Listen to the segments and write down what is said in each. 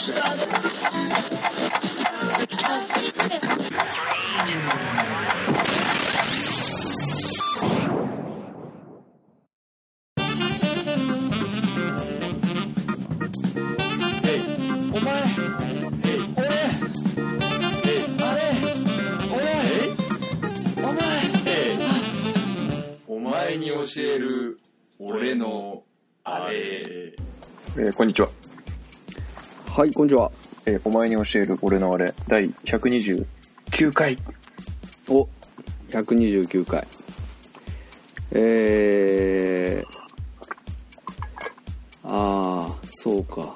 お前に教える俺のあれ。 こんにちは。 はい、こんにちは。 お前に教える俺のあれ第129回。 お、129回。そうか。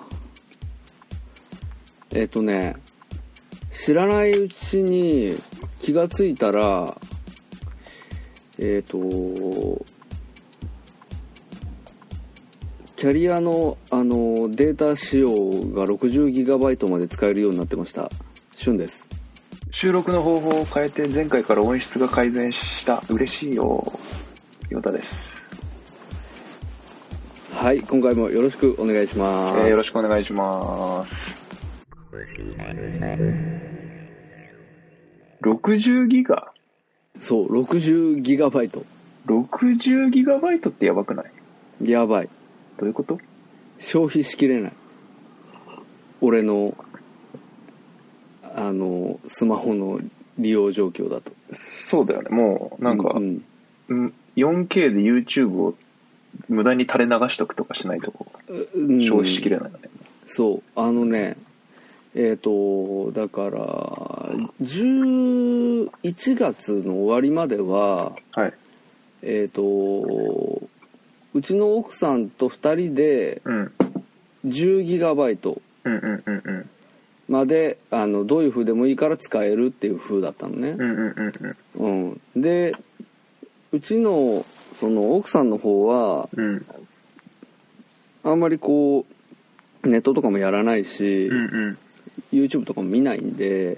知らないうちに気がついたら、キャリアのデータ仕様が 60GB まで使えるようになってました。しゅんです。 収録の方法を変えて前回から音質が改善した。嬉しいよ。ヨタです。 はい、今回もよろしくお願いします。 よろしくお願いします。60ギガ？ そう、60GB。 60GB ってやばくない？ やばい。 どういうこと？ 消費しきれない。俺のスマホの利用状況だと。 そうだよね。もうなんか、4K で YouTube を無駄に垂れ流しとくとかしないと消費しきれないよね。 そう、だから11月の終わりまでは、 はい、 うちの奥さんと2人で10GB までどういう風でもいいから使えるっていう風だったのね。で、うちのその奥さんの方は、あんまりこうネットとかもやらないし、YouTube とかも見ないんで、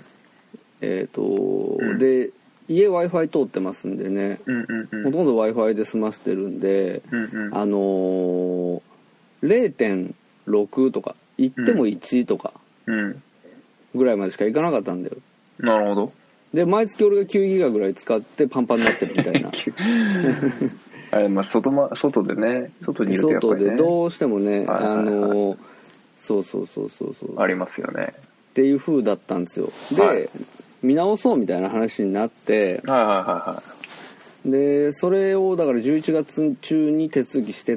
で家 Wi-Fi 通ってますんでね、ほとんど Wi-Fi で済ませてるんで、0.6 とか行っても1とかぐらいまでしか行かなかったんだよ。 なるほど。 で毎月俺が9ギガぐらい使ってパンパンになってるみたいなあれ、まあ、外でね、外にいるとやっぱりね、 外でどうしてもね、そうありますよねっていう風だったんですよ。で、見直そうみたいな話になって、でそれをだから11月中に手続きしてって、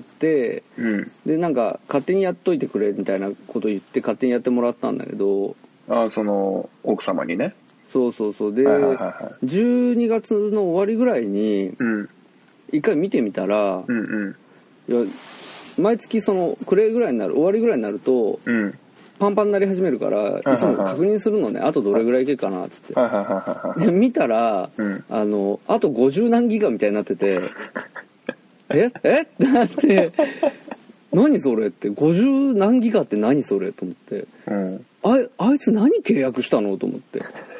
でなんか勝手にやっといてくれみたいなこと言って勝手にやってもらったんだけど、 その奥様にね。 そうで、12月の終わりぐらいに一回見てみたら、いや毎月その終わりぐらいになると、パンパンになり始めるから、いつも確認するのね。あとどれぐらいいけるかなっつって。で見たら、あと50何ギガみたいになってて、ってなって、何それって、50何ギガって何それと思って、あいつ何契約したのと思って。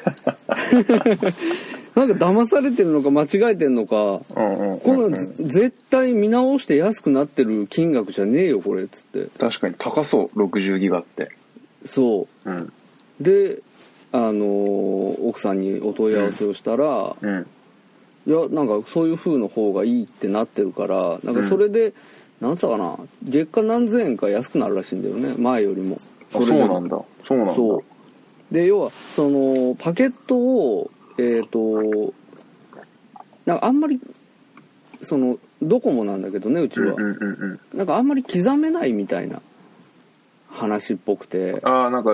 なんか騙されてるのか間違えてんのか、この絶対見直して安くなってる金額じゃねえよこれっつって。 確かに高そう、60ギガって。 そう、で奥さんにお問い合わせをしたら、いやなんかそういう風の方がいいってなってるから、なんかそれで、なんつったかな、月間何千円か安くなるらしいんだよね、前よりも。 そうなんだ。 そうで、要はそのパケットをなんかあんまりそのドコモなんだけどね、うちは、なんかあんまり刻めないみたいな話っぽくて、 なんか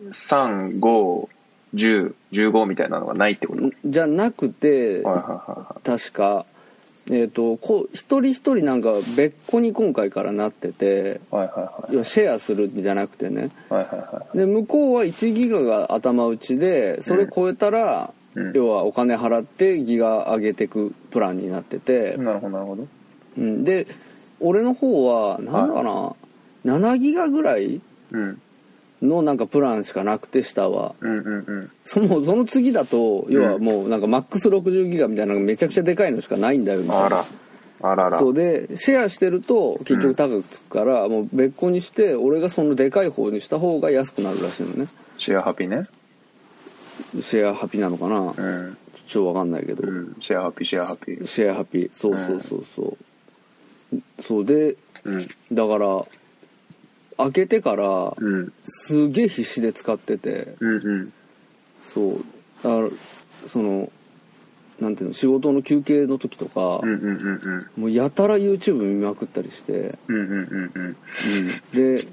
3、5、10、15みたいなのがないってことじゃなくて、確か一人一人なんか別個に今回からなってて、要はシェアするんじゃなくてね、で向こうは1ギガが頭打ちで、それ超えたら、要はお金払ってギガ上げてくプランになってて、 なるほど。 で俺の方はなんだかな、7ギガぐらいのなんかプランしかなくて、下は、その次だと要はもうなんかマックス60ギガみたいなのがめちゃくちゃでかいのしかないんだよみたいなあらら。 そうでシェアしてると結局高くつくから、もう別個にして俺がそのでかい方にした方が安くなるらしいのね。 シェアハピね。 シェアハピなのかな、ちょっとわかんないけど、 シェアハピそうそうそうそう、そうで、だから開けてから、すげえ必死で使ってて、そうだからそのなんていうの、仕事の休憩の時とか、もうやたら YouTube 見まくったりして、で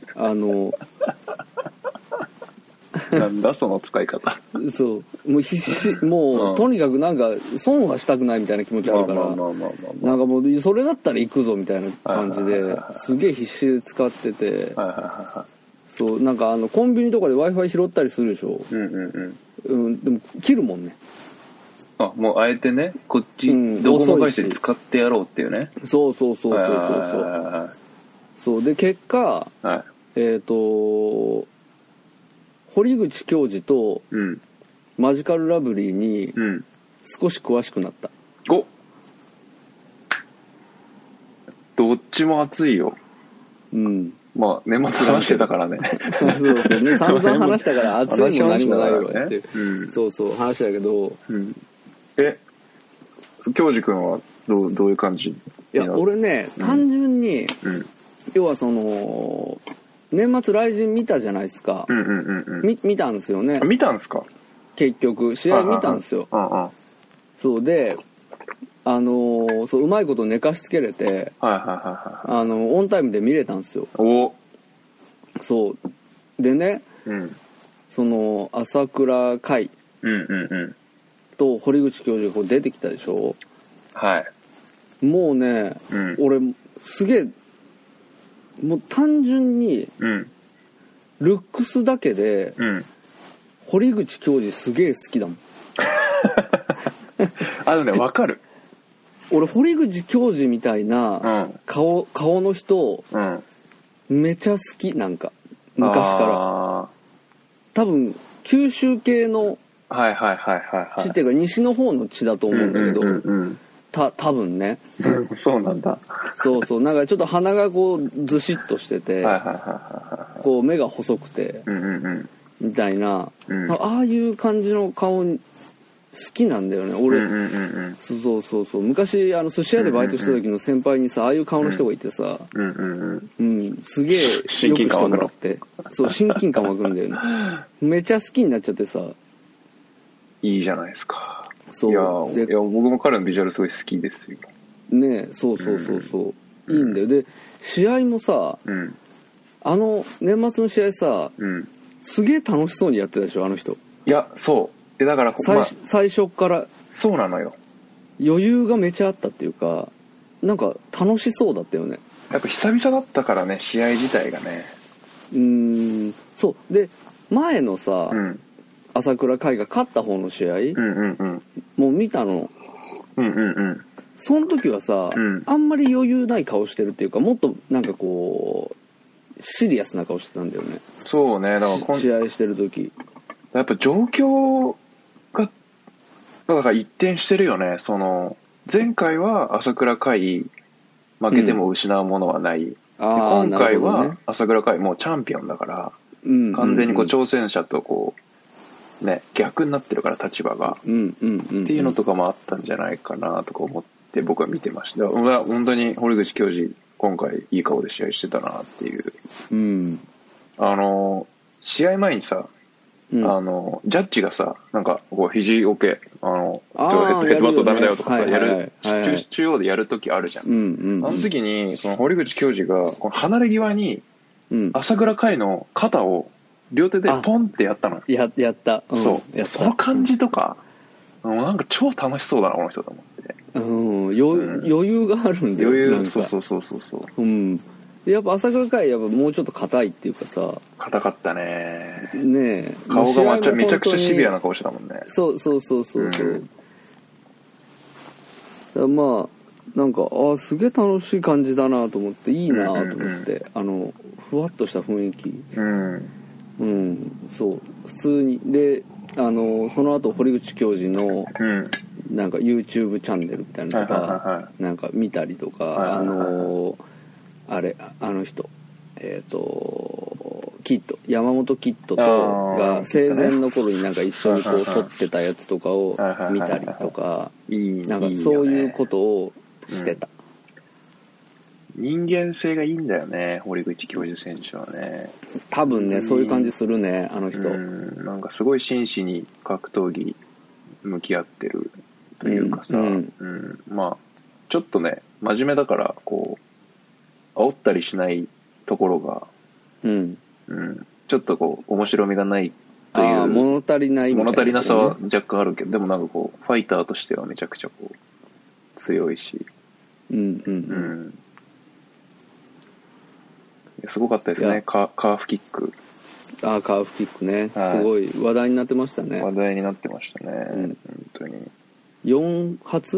なんだその使い方。 そうもう必死、もう、とにかくなんか損はしたくないみたいな気持ちあるから、なんかもうそれだったら行くぞみたいな感じですげえ必死で使ってて、そうなんかコンビニとかで Wi-Fi 拾ったりするでしょ。でも切るもんね。 あ、もうあえてね、こっちどこの回線使ってやろうっていうね。 そうで結果、堀口教授とマジカルラブリーに少し詳しくなった。 どっちも熱いよ。まあ年末話してたからね。 そうね、散々話したから熱いも何もないわって、そう話したけど、 教授君はどういう感じ？ いや俺ね、単純に、要はその年末雷神見たじゃないですか。見たんですよね。 見たんですか？ 結局試合見たんですよ。そうでそううまいこと寝かしつけれて、オンタイムで見れたんですよ。そうでね、その朝倉海と堀口教授がこう出てきたでしょ。もうね、俺すげえもう単純にルックスだけで堀口教授すげえ好きだもん。 わかる。 俺堀口教授みたいな顔の人めちゃ好き。なんか昔から多分九州系の地っていうか西の方の地だと思うんだけど、多分ね。 そうなんだ。 そうなんかちょっと鼻がこうずしっとしてて、こう目が細くてみたいな、ああいう感じの顔好きなんだよね俺。そう昔寿司屋でバイトした時の先輩にさ、ああいう顔の人がいてさ、すげえよくしてもらって、そう親近感湧くんだよね。めちゃ好きになっちゃってさ。 いいじゃないですか。いや僕も彼のビジュアルすごい好きですよね。そういいんだよ。で試合もさ、年末の試合さ、すげえ楽しそうにやってたでしょあの人。いやそうだから最初からそうなのよ。 余裕がめちゃあったっていうか、なんか楽しそうだったよね。 やっぱ久々だったからね、試合自体がね。 そうで前のさ、朝倉海が勝った方の試合、もう見たの。その時はさ、あんまり余裕ない顔してるっていうか、もっとなんかこうシリアスな顔してたんだよね。 そうね。だから試合してる時やっぱ状況がだから一転してるよね。その前回は朝倉海負けても失うものはない、今回は朝倉海もうチャンピオンだから、完全にこう挑戦者とこうね逆になってるから立場が、っていうのとかもあったんじゃないかなとか思って僕は見てました。本当に堀口教授今回いい顔で試合してたなっていう。試合前にさ、ジャッジがさ、なんかこう肘 OK、ヘッドバットダメだよとかさ、中央でやるときあるじゃん。あの時にその堀口教授がこの離れ際に朝倉海の肩を両手でポンってやったの。 やった。 その感じとか、なんか超楽しそうだなこの人と思って。 余裕があるんだよ。 余裕、そう。 やっぱ朝倉海やっぱもうちょっと硬いっていうかさ。 硬かったね。 ねえ。 顔がめちゃくちゃシビアな顔してたもんね。 そう。まあなんかすげえ楽しい感じだなと思って、いいなと思って、ふわっとした雰囲気。そう普通にでその後堀口教授のなんか YouTube チャンネルみたいなのとかなんか見たりとか、あれあの人キッド山本キッドとが生前の頃になんか一緒にこう撮ってたやつとかを見たりとか、なんかそういうことをしてた。 人間性がいいんだよね、堀口教授選手はね。 多分ね、そういう感じするね、あの人。 なんかすごい真摯に格闘技向き合ってるというかさ、まあちょっとね真面目だからこう煽ったりしないところが、ちょっとこう面白みがないという物足りないみたいな、 物足りなさは若干あるけど、でもなんかこうファイターとしてはめちゃくちゃこう強いし、すごかったですね。カーフキック。 カーフキックね、すごい話題になってましたね。 話題になってましたね、本当に。 4発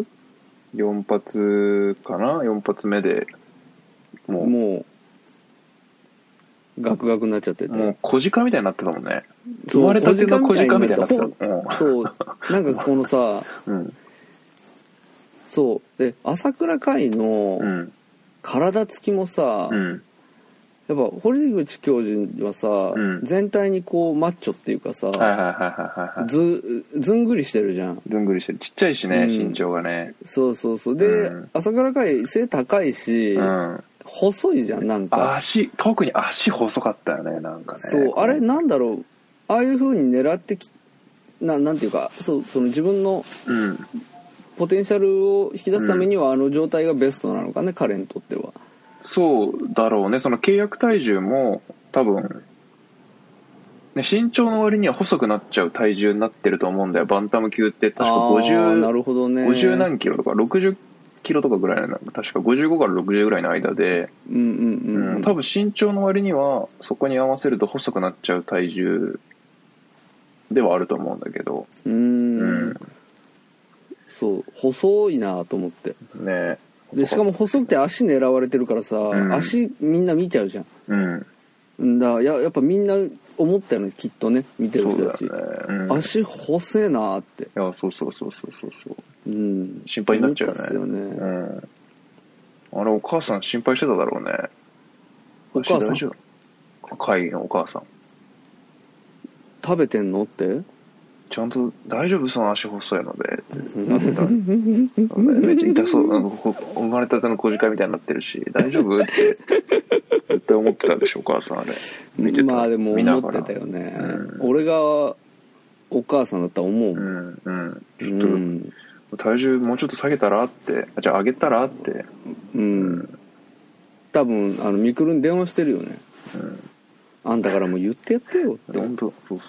かな。4発目でもうガクガクになっちゃってて、 もう小鹿みたいになってたもんね。生まれたての小鹿みたいになってた。 そうなんかこのさ、そうで朝倉海の体つきもさ、やっぱ堀口教授はさ、全体にこうマッチョっていうかさ、ずんぐりしてるじゃん。 ずんぐりしてる。ちっちゃいしね、身長がね。 そうで、朝倉海背高いし、細いじゃん、なんか特に足細かったよね、なんかね。 そうあれなんだろう、ああいう風に狙ってなんていうか、その自分のポテンシャルを引き出すためには、あの状態がベストなのかね、彼にとっては。 そうだろうね。その契約体重も多分、ね、身長の割には細くなっちゃう体重になってると思うんだよ。バンタム級って確かなるほどね、 50何キロとか60キロとかぐらいの、確か55から60ぐらいの間で、多分身長の割にはそこに合わせると細くなっちゃう体重ではあると思うんだけど、 そう細いなと思ってね。 でしかも細くて足狙われてるからさ、足みんな見ちゃうじゃん。やっぱみんな思ったよね、きっとね、見てる人たち。足細えなって。いや、そう。心配になっちゃうね。あれお母さん心配してただろうね。 お母さん？ 海のお母さん。 食べてんのって？ ちゃんと大丈夫その足細いのでってなっためっちゃ痛そう、生まれたての小鹿みたいになってるし大丈夫って絶対思ってたでしょ、お母さん。あれ見てた。 まあでも思ってたよね、俺がお母さんだったら思う。 ちょっと体重もうちょっと下げたらって、じゃあ上げたらって。 多分みくるに電話してるよね。あんたからもう言ってやってよって。 本当そう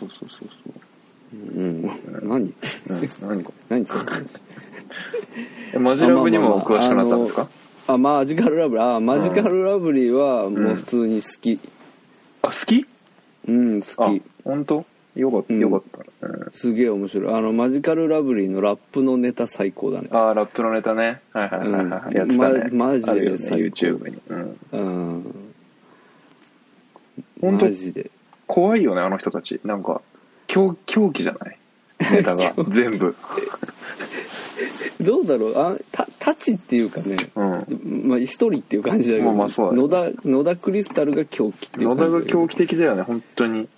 何その話。 マジラブにも詳しくなったんですか？ マジカルラブリー。マジカルラブリーはもう普通に好き。 好き？ 好き。 本当？よかった。 すげえ面白い。マジカルラブリーのラップのネタ最高だね。 ラップのネタね。やってたね。 マジで最高。 YouTube に。本当怖いよね、あの人たち。なんか狂気じゃない？ネタが全部。 どうだろう、タチっていうかね、一人っていう感じだけど、野田クリスタルが狂気っていう感じ。 野田が狂気的だよね、本当に。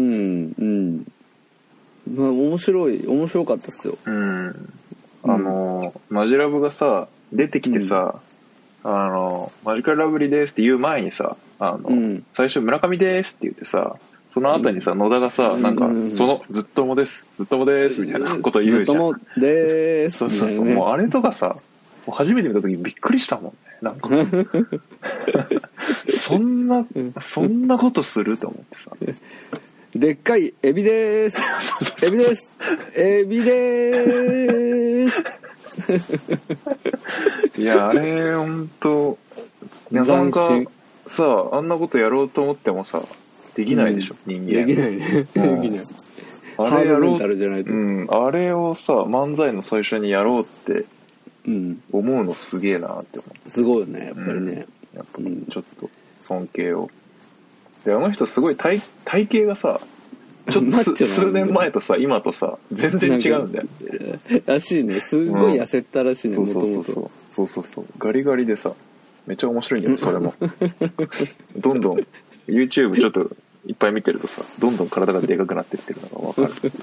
まあ面白かったっすよ。 マジラブがさ出てきてさ、マジカルラブリーですって言う前にさ、最初村上ですって言ってさ、その後にさ、野田がさ、なんか、ずっともです、みたいなこと言うじゃん。ずっともでーす。そう、もうあれとかさ、もう初めて見た時びっくりしたもんね。なんか、そんなことすると思ってさ。 でっかいエビでーす。エビでーす。 いや、あれ、ほんと、なかなかさ、あんなことやろうと思ってもさ、できないでしょ、人間。 できないね。できない。 あれやろう、 あれをさ、漫才の最初にやろうって思うのすげえなって思う。 すごいよね、やっぱりね。 やっぱちょっと尊敬を。で、あの人すごい体型がさ、 ちょっと数年前とさ今とさ全然違うんだよらしいね。すごい痩せたらしいね、もともと。 そうガリガリでさめっちゃ面白いんだよそれもどんどん YouTube ちょっといっぱい見てるとさどんどん体がでかくなってってるのが分かる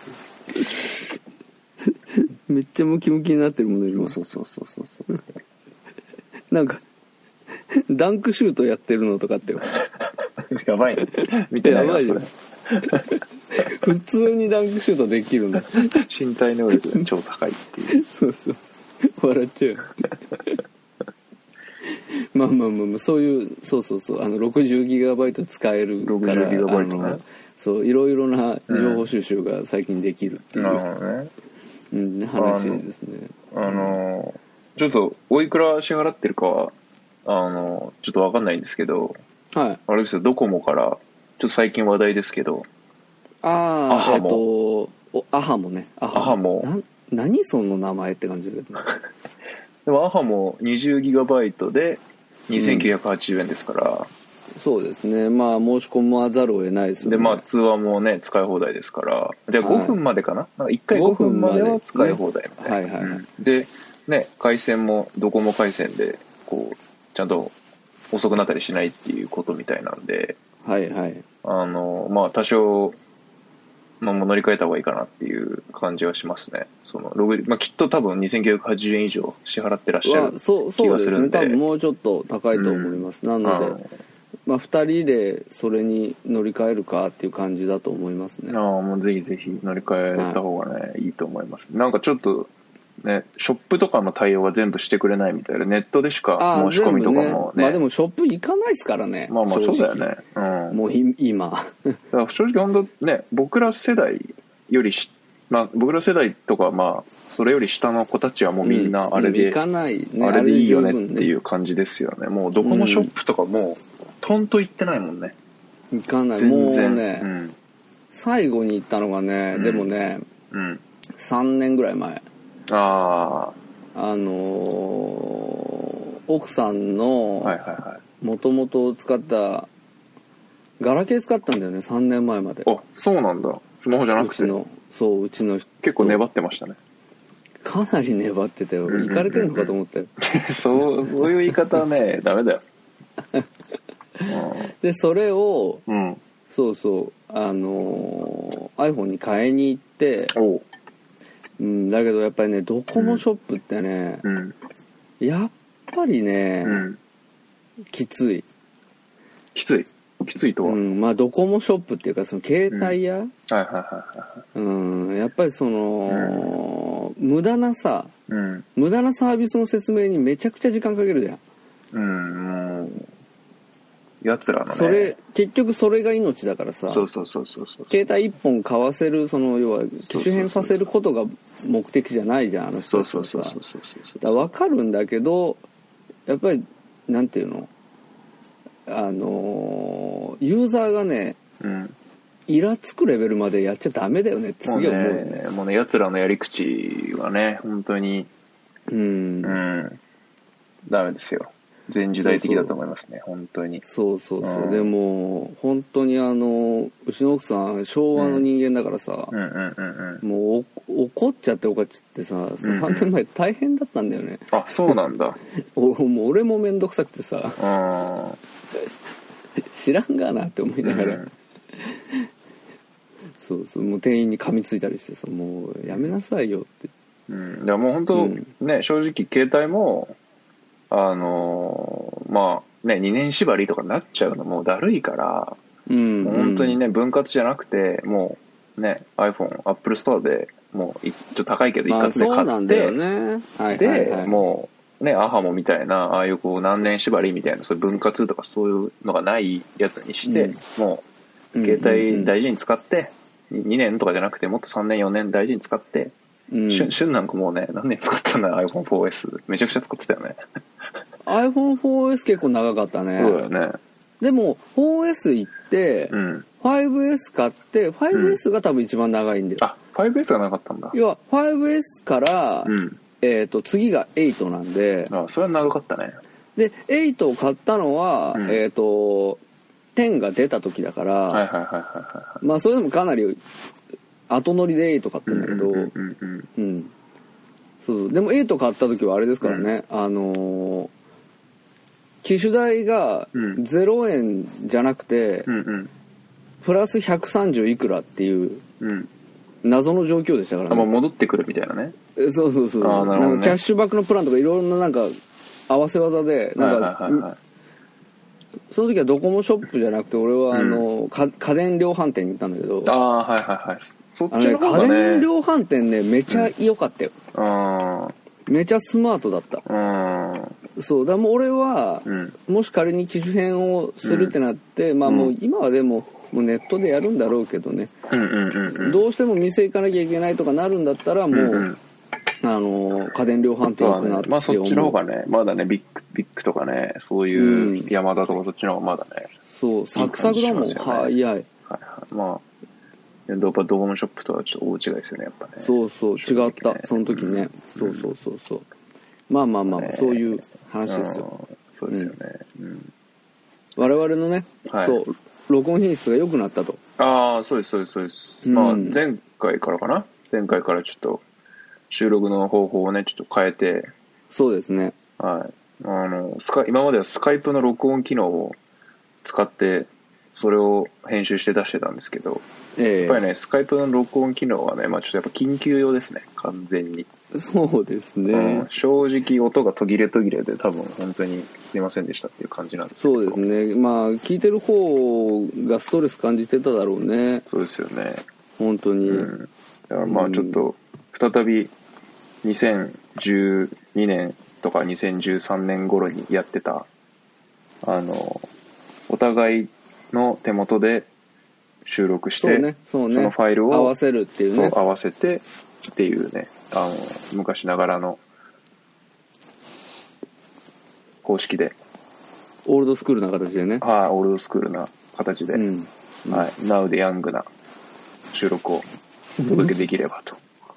めっちゃムキムキになってるもんね。 そうなんかダンクシュートやってるのとかってやばいね見てないなそれ普通にダンクシュートできるんだ。 身体能力が超高いっていうそう笑っちゃうまあそういう60GB 使えるから 60GB ねそういろいろな情報収集が最近できるっていう、 なるほどね、 話ですね。 ちょっとおいくら支払ってるかはちょっと分かんないんですけど、 はい、 あれですよドコモからちょっと最近話題ですけどアハモね。 アハモ何その名前って感じだけどでもアハモ 20GB で2980円ですから、 そうですね。まあ申し込まざるを得ないですよね。 でまあ通話もね使い放題ですから、じゃあ5分までかな、なんか1回5分までは使い放題みたいな、でね回線もドコモ回線でこうちゃんと遅くなったりしないっていうことみたいなんで、まあ多少まあ、もう乗り換えた方がいいかなっていう感じはしますね。まあ、きっと多分2980円以上支払ってらっしゃる気がするんで。 そうですね。多分もうちょっと高いと思います。なので、まあ、2人でそれに乗り換えるかっていう感じだと思いますね。 もうぜひぜひ乗り換えた方がね、いいと思います。なんかちょっと、ね、ショップとかの対応は全部してくれないみたいで、ネットでしか申し込みとかもね。 まあでもショップ行かないですからね。 まあそうだよね。 もう今。 だから正直本当ね、僕ら世代よりまあ僕ら世代とかまあ、それより下の子たちはもうみんなあれで、 行かないね。 あれでいいよねっていう感じですよね。もうドコモショップとかもう、トンと行ってないもんね。 行かない。もうね、最後に行ったのがね、でもね、3年ぐらい前。奥さんのもともと使ったガラケー使ったんだよね、3年前まで。 そうなんだ。スマホじゃなくて。うちの結構粘ってましたね。 かなり粘ってたよ。行かれてるのかと思ったよ。 そういう言い方はねダメだよ。 でそれを、iPhone に変えに行って、だけどやっぱりねドコモショップってね、やっぱりね、きついとは、まあドコモショップっていうかその携帯屋、やっぱりその、無駄なサービスの説明にめちゃくちゃ時間かけるじゃん。 やつらのね、 結局それが命だからさ、携帯一本買わせる、要は機種変させることが目的じゃないじゃん、あの人たちはさ。分かるんだけど、やっぱりなんていうの、ユーザーがね、イラつくレベルまでやっちゃダメだよねってすげえ思うよね。 もうね、やつらのやり口はね、本当にダメですよ。全時代的だと思いますね、本当に。 でも本当にうちの奥さん昭和の人間だからさ、もう怒っちゃってさ、3年前大変だったんだよね。 そうなんだ。 もう俺もめんどくさくてさ、知らんがなって思いながら、もう店員に噛みついたりしてさ、もうやめなさいよって。 でももう本当、ね、正直携帯もまあね、2年縛りとかになっちゃうのもうだるいから、もう本当にね、分割じゃなくて、もうね、iPhone、Apple Store でもうちょっと高いけど一括で買って、そうなんだよね。で、もうね、アハモみたいな、ああいうこう何年縛りみたいな、そういう分割とかそういうのがないやつにして、もう携帯大事に使って、2年とかじゃなくてもっと3年4年大事に使って、旬なんかもうね、何年使ったんだ iPhone4S。めちゃくちゃ使ってたよね。 iPhone4S 結構長かったね。 そうだよね。 でも 4S 行って、5S 買って、5S が多分一番長いんだよ。 5S が長かったんだ。 要は 5S から、次が8なんで。 それは長かったね。 で、8を買ったのは、10 10が出た時だから、 はいはいはいはい。 まあそれでもかなり後乗りで8買ったんだけど、そうでも8買った時はあれですからね、機種代が0円じゃなくて、プラス130いくらっていう謎の状況でしたからね。 もう戻ってくるみたいなね。 そうそうそう。なんかキャッシュバックのプランとかいろんななんか合わせ技で、なんか、その時はドコモショップじゃなくて、俺は家電量販店に行ったんだけど。 はいはいはい。そっちの方がね。 家電量販店ね、めちゃ良かったよ。めちゃスマートだった。そう、だからもう俺は、もし仮に機種変をするってなって、まあもう今はでもネットでやるんだろうけどね。どうしても店行かなきゃいけないとかなるんだったら、もう、家電量販店行くなって。 まあそっちの方がね、まだね、ビッグとかね、そういうヤマダとかそっちの方がまだね。 そう、サクサクだもん、早い。はいはい。 まあ、やっぱドコモショップとはちょっと大違いですよね、やっぱね。 そうそう、違った、その時ね。そうそうそうそう。まあまあまあ、そういう話ですよ。 そうですよね。 我々のね、そう、録音品質が良くなったと。 ああ、そうですそうですそうです。まあ前回からかな、前回からちょっと収録の方法をねちょっと変えて。 そうですね。 はい。今まではスカイプの録音機能を使ってそれを編集して出してたんですけど、やっぱりねスカイプの録音機能はね、まあちょっとやっぱ緊急用ですね、完全に。 そうですね。 正直音が途切れ途切れで多分本当にすいませんでしたっていう感じなんですけど。 そうですね。まあ聞いてる方がストレス感じてただろうね。 そうですよね。 本当に。 だからまあちょっと再び2012年とか2013年頃にやってたお互いの手元で収録して、そのファイルを合わせるっていうね。 そう合わせてっていうね、昔ながらの方式で、 オールドスクールな形でね。 はい、オールドスクールな形で、はい、ナウでヤングな収録をお届けできればと。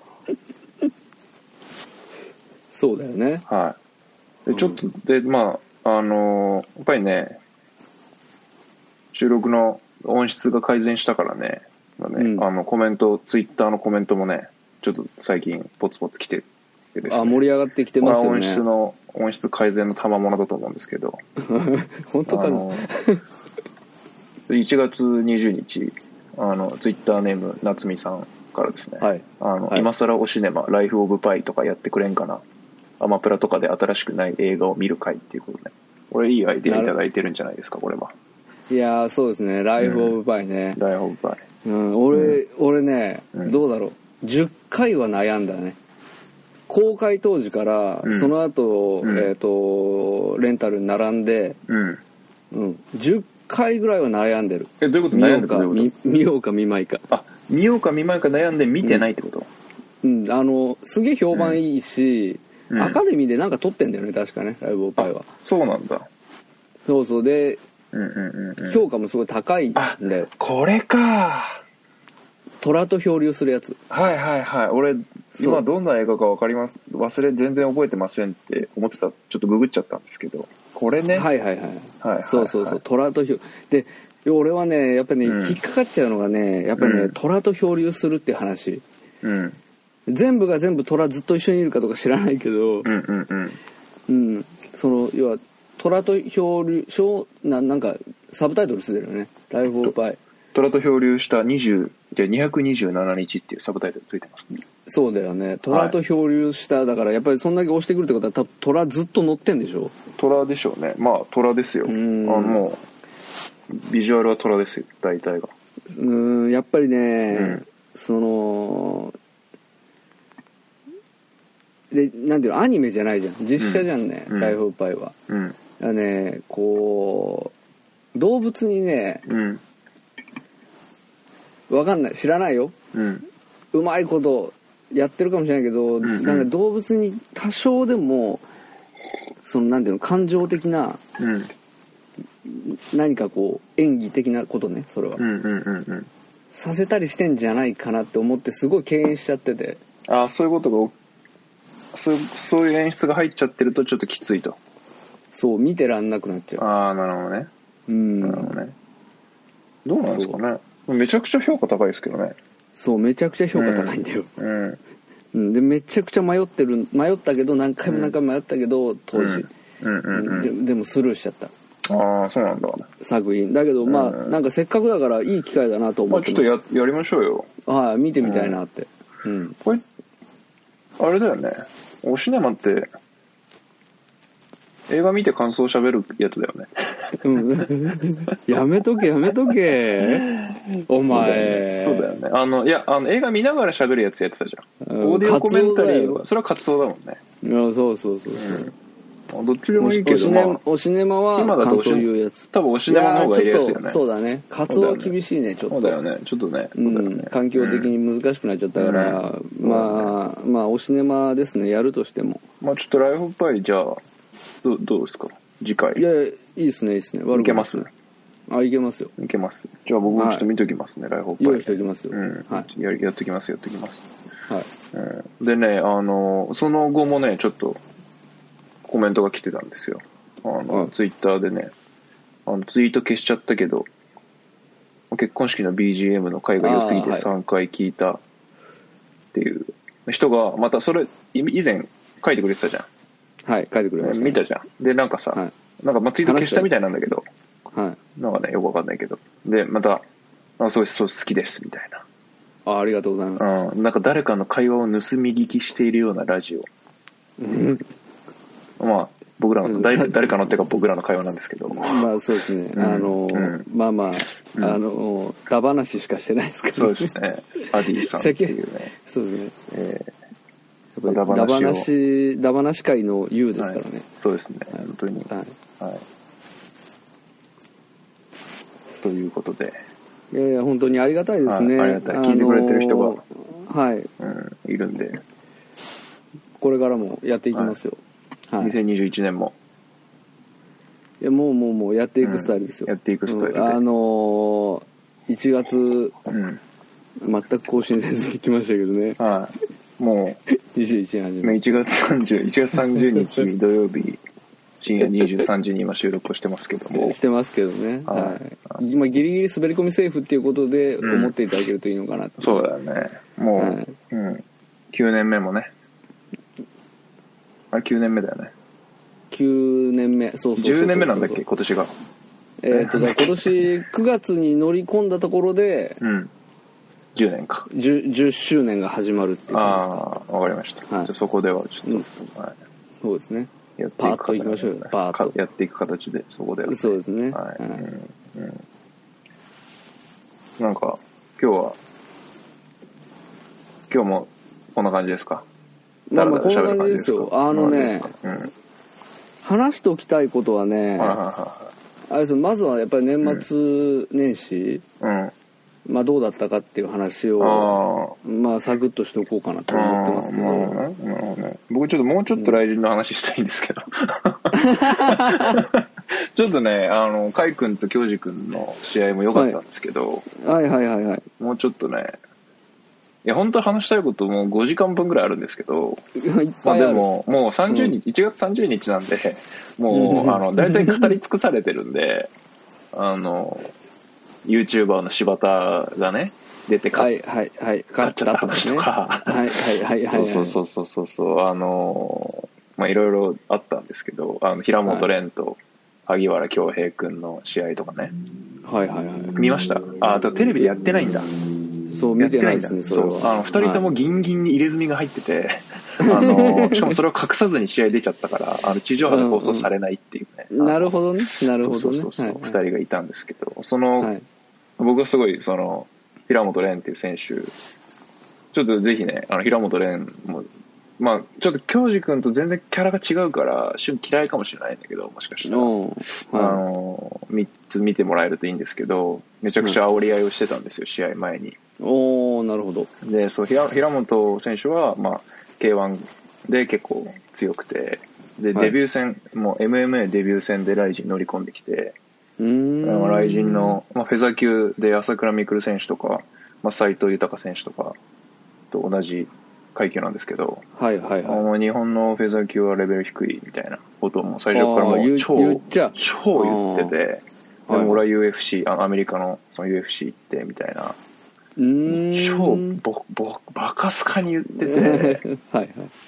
そうだよね。 はい。でちょっとでまあやっぱりね、収録の音質が改善したからね、コメント、ツイッターのコメントもね、ちょっと最近ポツポツ来ててですね。 盛り上がってきてますよね。 音質改善の賜物だと思うんですけど。 本当かな。 1月20日、ツイッターネーム夏美さんからですね。はい。今更おシネマ、ライフオブパイとかやってくれんかな。アマプラとかで新しくない映画を見る会っていうことで、これいいアイデアいただいてるんじゃないですか、これは。 いやー、そうですね。ライフオブパイね。 ライフオブパイ。 俺ね、どうだろう。10回は悩んだね。公開当時から、その後、レンタルに並んで、10回ぐらいは悩んでる。 どういうこと悩んでる？ 見ようか見まいか。 見ようか見まいか悩んで見てないってこと？ すげえ評判いいし、アカデミーでなんか撮ってんだよね、確かね、ライブオブパイは。 そうなんだ。 そうそう。で、評価もすごい高いんだよ。 これか。 虎と漂流するやつ。 はいはいはい。俺、今どんな映画か全然覚えてませんって思ってた。ちょっとググっちゃったんですけど。これね。 はいはいはい。そうそうそう。虎と漂流。で、俺はね、やっぱりね、引っかかっちゃうのがね、やっぱりね、虎と漂流するっていう話。全部が全部虎ずっと一緒にいるかとか知らないけど、要は、虎と漂流、なんか、サブタイトルついてるよね。ライフオブパイ。 虎と漂流した227日っていうサブタイトルついてますね。 そうだよね。虎と漂流した、だからやっぱりそんだけ押してくるってことは多分虎ずっと乗ってんでしょ。 虎でしょうね。まあ虎ですよ。もうビジュアルは虎ですよ、大体が。 やっぱりね、で、なんていうの、アニメじゃないじゃん。実写じゃんね、ライフオブパイは。こう、動物にね、わかんない。知らないよ。うまいことやってるかもしれないけど、なんか動物に多少でも、なんていうの、感情的な、何かこう、演技的なことね、それは。させたりしてんじゃないかなって思ってすごい敬遠しちゃってて。 そういうことが、そういう演出が入っちゃってるとちょっときついと。 そう、見てらんなくなっちゃう。 なるほどね。なるほどね。 どうなんですかね。めちゃくちゃ評価高いですけどね。 そう、めちゃくちゃ評価高いんだよ。で、めちゃくちゃ迷ったけど、何回も迷ったけど、当時。でもスルーしちゃった。 ああ、そうなんだ。 作品。だけど、なんかせっかくだからいい機会だなと思って。 ちょっとやりましょうよ。 はい、見てみたいなって。 これ、あれだよね。おシネマって、映画見て感想喋るやつだよね。 やめとけ。お前。 そうだよね。いや、映画見ながら喋るやつやってたじゃん。オーディオコメンタリーは、それは活動だもんね。 いや、そう。 どっちでもいいけど、 おシネマは感想言うやつ。 多分おシネマの方がいいですよね。 そうだね。活動は厳しいね、ちょっと。 そうだよね。ちょっとね。 環境的に難しくなっちゃったから、まあ、おシネマですね、やるとしても。 まあちょっとライフパイ、じゃあ、どうですか次回。 いや、いいですね。 いけます？ いけますよ。 いけます。じゃあ僕もちょっと見ときますね、ライフパイ。 用意しておきますよ。 はい。やっときます。 はい。 でね、その後もね、ちょっと、コメントが来てたんですよ。ツイッターでね、ツイート消しちゃったけど、結婚式の BGM の回が良すぎて3回聞いたっていう人が、またそれ、以前書いてくれてたじゃん。 はい、書いてくれました。 見たじゃん。で、なんかさ、なんかツイート消したみたいなんだけど、なんかね、よくわかんないけど。で、また、そう好きです、みたいな。 ありがとうございます。 なんか誰かの会話を盗み聞きしているようなラジオ。まあ、僕らの、誰かのっていうか僕らの会話なんですけど。 まあそうですね。まあまあ、ダ話しかしてないですけど。 そうですね。アディさんっていうね。 そうですね。ダ話界の U ですからね。 そうですね。本当に。はい。ということで。 いや、本当にありがたいですね。 ありがたい。聞いてくれてる人が、 はい。 いるんで。 これからもやっていきますよ。 2021年も。 いや、もうやっていくスタイルですよ。 やっていくスタイルで。 1月、全く更新せずに来ましたけどね。 はい。もう、 21年始め。 1月30日土曜日、深夜23時に今収録をしてますけども。 してますけどね。はい。今ギリギリ滑り込みセーフっていうことで思っていただけるといいのかなって。 そうだよね。もう、9年目もね。あれ9年目だよね。 9年目。そう。 10年目なんだっけ今年が。 だから今年9月に乗り込んだところで、 10年か。 10周年が始まるっていう感じですか。 ああ、わかりました。じゃあそこではちょっと、 そうですね。パーッといきましょうよ。パーッと。 やっていく形で、そこでは。 そうですね。 はい。なんか、今日もこんな感じですか？ まあこんな感じですよ。話しておきたいことはね、あれですよ、まずはやっぱり年末年始、まあどうだったかっていう話を、まあサクッとしておこうかなと思ってますけど。 僕もうちょっと来人の話したいんですけど。ちょっとね、カイ君と京二君の試合も良かったんですけど、 はい。 もうちょっとね、いや、本当は話したいことも5時間分ぐらいあるんですけど、まあでも、もう30日、1月30日なんで、もう、大体語り尽くされてるんで、YouTuber の柴田がね、出て勝っちゃった話とか、そう、まあいろいろあったんですけど、平本蓮と萩原恭平くんの試合とかね。見ました？テレビでやってないんだ。 そう、見てないですね、 それは。2人ともギンギンに入れ墨が入ってて、しかもそれを隠さずに試合出ちゃったから、地上波で放送されないっていうね。 なるほどね。 そう。2人がいたんですけど、僕はすごい、平本蓮っていう選手、ちょっとぜひね、平本蓮も、まあ、ちょっと京二君と全然キャラが違うから、嫌いかもしれないんだけど、もしかしたら。3つ見てもらえるといいんですけど、めちゃくちゃ煽り合いをしてたんですよ、試合前に。 なるほど。 で、平本選手は、まあ、K1 で結構強くて、で、デビュー戦、もう MMA デビュー戦でライジン乗り込んできて、ライジンの、まあ、フェザー級で朝倉未来選手とか、まあ、斉藤豊選手とかと同じ階級なんですけど、もう日本のフェザー級はレベル低いみたいなことをもう最初からもう超言ってて、 でも俺は UFC、アメリカのその UFC 行ってみたいな、超バカスカに言ってて、はいはい、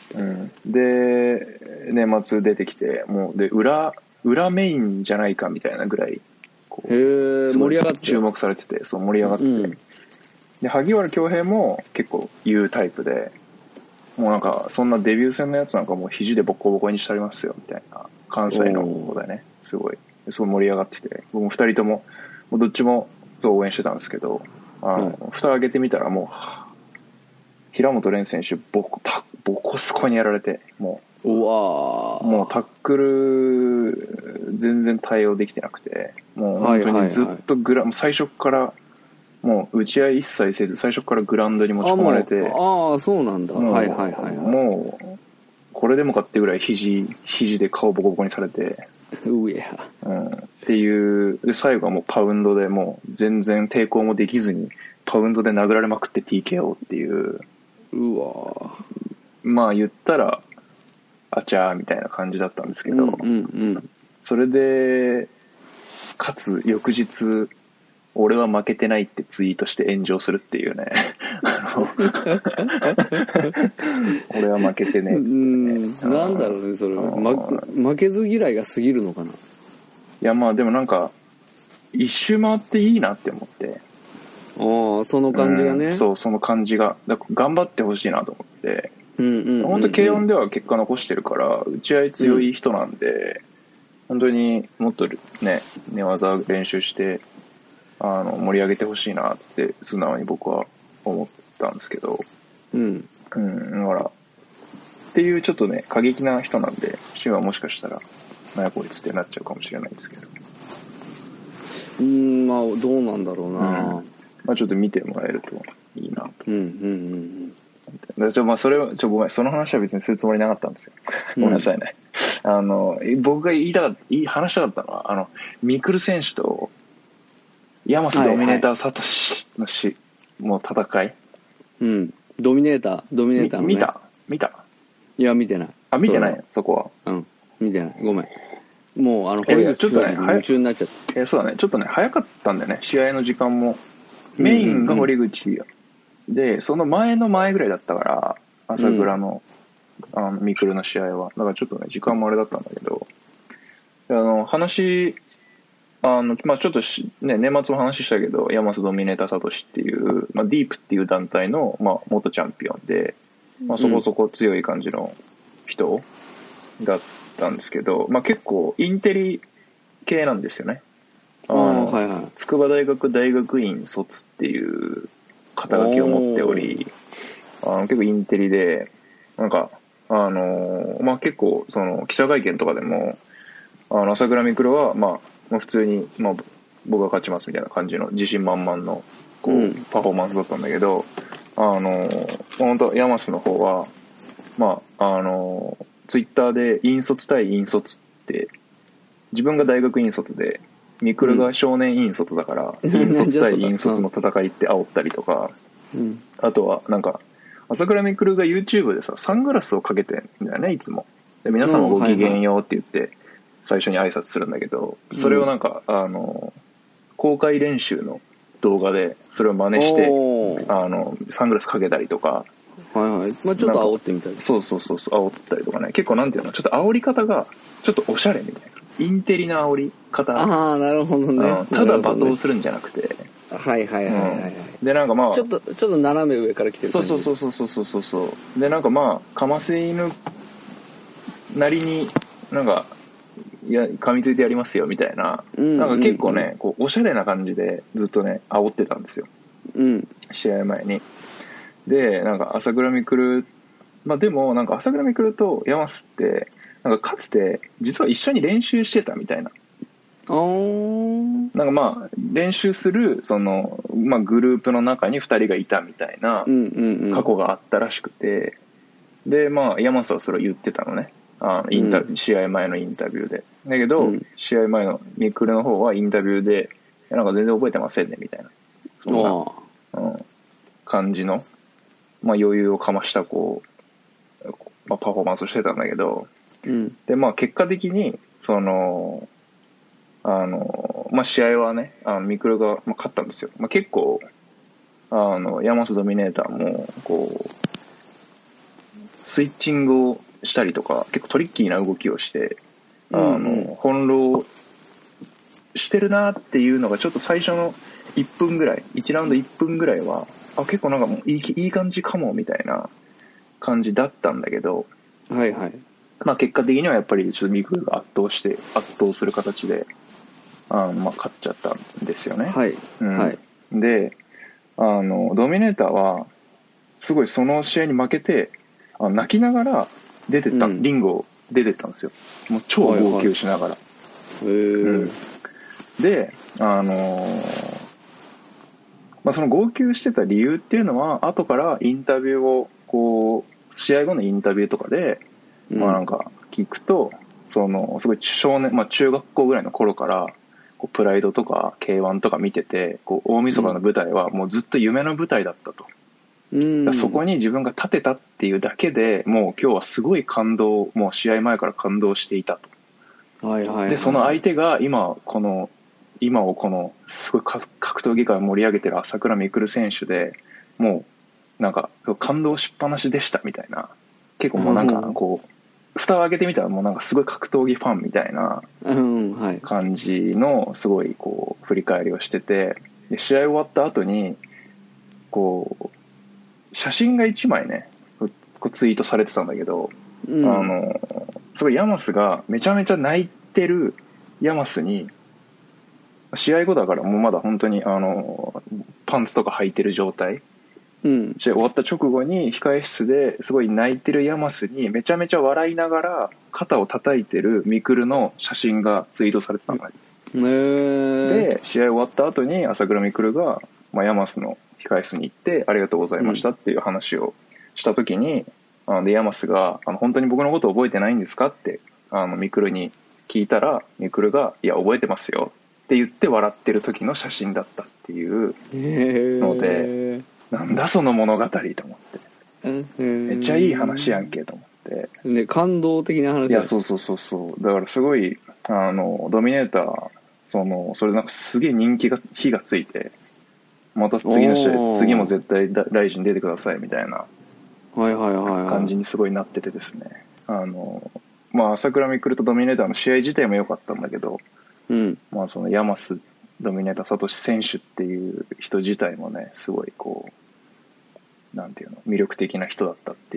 で年末出てきて、もうで裏メインじゃないかみたいなぐらいこう盛り上がって注目されてて、そう盛り上がってて、で萩原恭平も結構言うタイプで、もうなんかそんなデビュー戦のやつなんかもう肘でボコボコにしてありますよみたいな、関西の子でね、すごい盛り上がってて、僕も2人ともどっちも応援してたんですけど、蓋開けてみたらもう平本蓮選手ボコスコにやられて、もうタックル全然対応できてなくて、もう本当にずっと最初からもう打ち合い一切せず最初からグラウンドに持ち込まれて、 そうなんだ、はいはいはい、 もうこれでもかっていうぐらい肘で顔ボコボコにされて、っていうで、最後はもうパウンドでもう全然抵抗もできずにパウンドで殴られまくって TKO っていう、まあ言ったらあちゃーみたいな感じだったんですけど、それでかつ翌日俺は負けてないってツイートして炎上するっていうね俺は負けてねえっつってね、 なんだろうねそれは、負けず嫌いが過ぎるのかな。 いやまあでもなんか一周回っていいなって思って、 その感じがね、 そうその感じがだから頑張ってほしいなと思って、本当軽音では結果残してるから打ち合い強い人なんで、本当にもっとね寝技練習して盛り上げてほしいなって素直に僕は思ったんですけど、だからっていうちょっとね過激な人なんで、シュンはもしかしたらなんやこいつってなっちゃうかもしれないんですけど、 まあどうなんだろうな、 まあちょっと見てもらえるといいなと。まあそれはごめん、その話は別にするつもりなかったんですよ。ごめんなさいね。僕が話したかったのはミクル選手とヤマスドミネーターサトシのもう戦い。 ドミネーターの、ね、 見たいや見てない。 見てないそこは。 見てない。ごめん。もう堀口選手に夢中になっちゃって。 そうだね。ちょっとね早かったんだよね。試合の時間もメインが堀口で、その前の前ぐらいだったから朝倉のミクルの試合は、だからちょっとね時間もあれだったんだけど、話まあちょっとね、年末も話したけど、ヤマスドミネーターサトシっていう、まあ、ディープっていう団体の、まあ、元チャンピオンで、まあ、そこそこ強い感じの人だったんですけど、まあ、結構インテリ系なんですよね。筑波大学大学院卒っていう肩書きを持っており、結構インテリで、なんか、まあ、結構その記者会見とかでも、朝倉未来は、まあ普通に、まあ、僕が勝ちますみたいな感じの自信満々のこう、パフォーマンスだったんだけど、本当ヤマスの方は、まあツイッターで引率対引率って自分が大学引率でミクルが少年引率だから、引率対引率の戦いって煽ったりとか、あとはなんか朝倉未来が YouTube でさサングラスをかけてんだよね、いつもで皆さんもごきげんようって言って最初に挨拶するんだけど、それをなんか公開練習の動画でそれを真似してサングラスかけたりとか、 まあちょっと煽ってみたり、 そう煽ったりとかね、結構なんていうの、ちょっと煽り方がちょっとおしゃれみたいな、インテリな煽り方。 なるほどね。 ただ罵倒するんじゃなくて、でなんかまあちょっと斜め上から来てる感じ。 そうでなんかまあかませ犬なりになんか噛みついてやりますよみたいな、なんか結構ねこうおしゃれな感じでずっとね煽ってたんですよ、試合前に。でなんか朝倉未来、まあでもなんか朝倉未来とヤマスってなんかかつて実は一緒に練習してたみたいな、なんかまあ練習するその、まあ、グループの中に2人がいたみたいな過去があったらしくて、でまあヤマスはそれを言ってたのね、試合前のインタビューで。だけど、試合前のミクルの方はインタビューでなんか全然覚えてませんねみたいな、そんな、感じの、まあ、余裕をかましたこう、まあ、パフォーマンスをしてたんだけど、でまあ結果的にそのま試合はね、ミクルが、勝ったんですよ。結構、ヤマスドミネーターも、こう、スイッチングをしたりとか、結構トリッキーな動きをして、翻弄してるなっていうのが、ちょっと最初の1分ぐらい、1ラウンド1分ぐらいは、結構なんかもういい感じかも、みたいな感じだったんだけど、 はいはい。 結果的にはやっぱりちょっとミクルが圧倒する形で、勝っちゃったんですよね。 はい。はい。 で、ドミネーターは、すごいその試合に負けて、泣きながら出てった、リングを出てったんですよ。もう超号泣しながら。で、その号泣してた理由っていうのは、後からインタビューを、こう、試合後のインタビューとかで、なんか聞くと、すごい少年、中学校ぐらいの頃から、プライドとか K1 とか見てて、大晦日の舞台はもうずっと夢の舞台だったと。そこに自分が立てたっていうだけでもう今日はすごい感動、もう試合前から感動していたと。で、その相手が今をこのすごい格闘技界を盛り上げてる朝倉未来選手で、もうなんか感動しっぱなしでしたみたいな。結構もうなんかこう、蓋を開けてみたらもうなんかすごい格闘技ファンみたいな感じのすごいこう振り返りをしてて、で試合終わった後にこう写真が1枚ねツイートされてたんだけど、すごいヤマスがめちゃめちゃ泣いてるヤマスに、試合後だからもうまだ本当にパンツとか履いてる状態、試合終わった直後に控え室ですごい泣いてるヤマスにめちゃめちゃ笑いながら肩を叩いてるミクルの写真がツイートされてたのね。で試合終わった後に朝倉未来が、ヤマスの控え室に行ってありがとうございましたっていう話をした時に、でヤマスが本当に僕のこと覚えてないんですかってミクルに聞いたら、ミクルがいや覚えてますよって言って笑ってる時の写真だったっていうので、なんだその物語と思って、めっちゃいい話やんけと思ってね、感動的な話。 いやそうだからすごいドミネーターそれなんかすげえ人気が火がついて、また次の試合次も絶対ライジン出てくださいみたいな感じにすごいなっててですね、朝倉未来とドミネーターの試合自体も良かったんだけど、そのヤマスドミネーターサトシ選手っていう人自体もねすごいこうなんていうの魅力的な人だったっていう、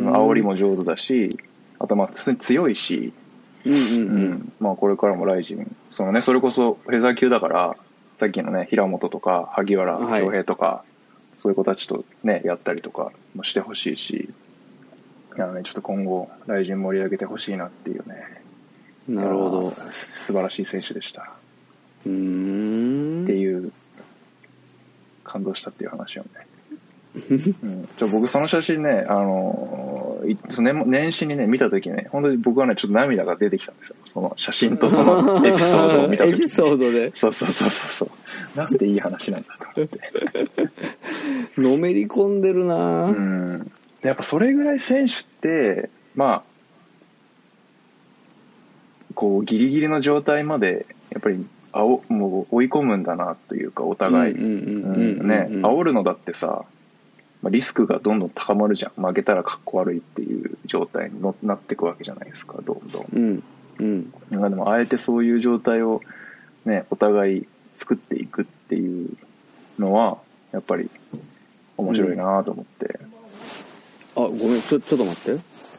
煽りも上手だし、あと普通に強いし、これからもライジンそれこそフェザー級だからさっきのね平本とか萩原恭平とか、そういう子たちとねやったりとかもしてほしいし、ちょっと今後ライジン盛り上げてほしいなっていうね。 なるほど。 素晴らしい選手でした。っていう感動したっていう話をね。僕その写真ね、年始にね見た時ね、本当に僕はねちょっと涙が出てきたんですよ。その写真とそのエピソードを見た時に。 エピソードで。 そう。なんていい話なんだと思って。 のめり込んでるな。 やっぱそれぐらい選手ってこうギリギリの状態までやっぱりもう追い込むんだなというか、お互い煽るのだってさ、リスクがどんどん高まるじゃん。負けたらかっこ悪いっていう状態になっていくわけじゃないですか、どんどん。でもあえてそういう状態をねお互い作っていくっていうのはやっぱり面白いなと思って。 ごめん、ちょっと待って。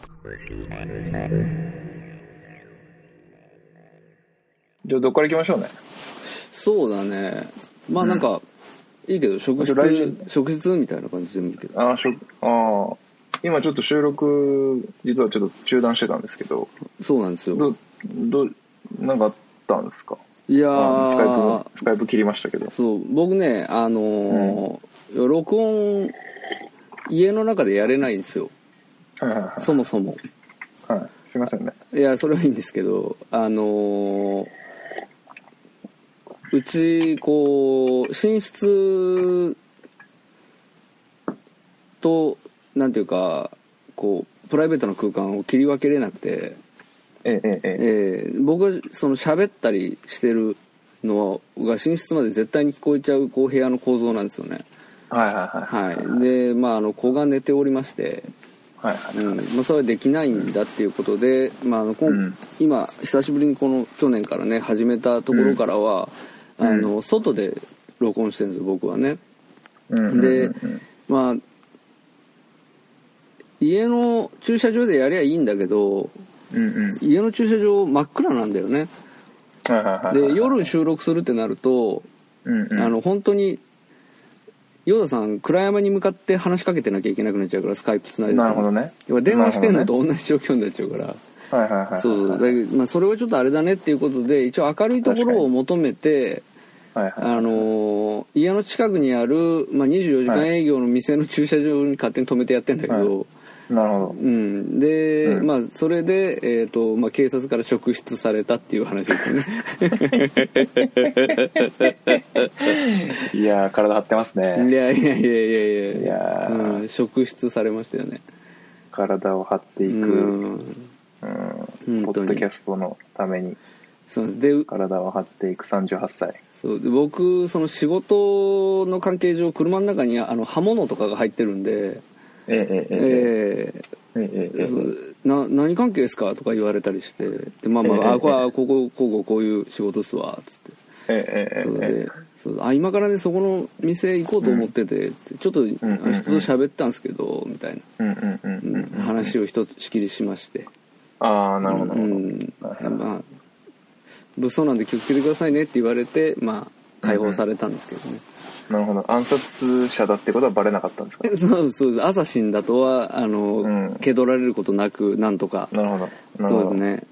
じゃあどっから行きましょうね。 そうだね。なんか、いいけど職質みたいな感じでもいいけど。 今ちょっと収録実はちょっと中断してたんですけど。 そうなんですよ。 なんかあったんですか。 いやー、 スカイプ切りましたけど。 そう僕ね録音家の中でやれないんですよ。そもそも。 すいませんね。 いやそれはいいんですけど、うちこう寝室となんていうかこうプライベートな空間を切り分けれなくて、 僕はその喋ったりしてるのが寝室まで絶対に聞こえちゃう部屋の構造なんですよね。で子が寝ておりまして、それはできないんだっていうことで、今久しぶりにこの去年からね始めたところからは、外で録音してるんですよ僕はね。で家の駐車場でやりゃいいんだけど、家の駐車場真っ暗なんだよね。で夜収録するってなると、本当にヨダさん暗山に向かって話しかけてなきゃいけなくなっちゃうから、スカイプつないでて。 なるほどね。 電話してんのと同じ状況になっちゃうから。そうだけど、それはちょっとあれだねっていうことで、一応明るいところを求めて、家の近くにある、24時間営業の店の駐車場に勝手に止めてやってんだけど、 なるほど。 で、それで、警察から職質されたっていう話ですよね。 いやー、体張ってますね。 いや、職質されましたよね。 体を張っていく、ポッドキャストのために体を張っていく38歳。 そうで僕、その仕事の関係上、車の中に刃物とかが入ってるんで、何関係ですかとか言われたりして、でこういう仕事っすわっつって、今からねそこの店行こうと思ってて、ちょっと人と喋ったんですけどみたいな話をひとしきりしまして、 なるほど。 物騒なんで気をつけてくださいねって言われて、解放されたんですけどね。 なるほど。暗殺者だってことはバレなかったんですか？ そうです。朝死んだとは気取られることなくなんとか。 なるほど。 そうですね。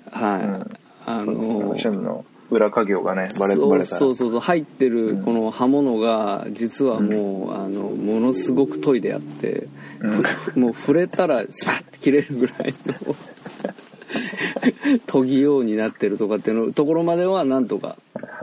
旬の裏稼業がねバレたら。 そう入ってるこの刃物が実はもうものすごく研いであって、もう触れたらスパッて切れるぐらいの研ぎようになってるとかっていうのところまではなんとか。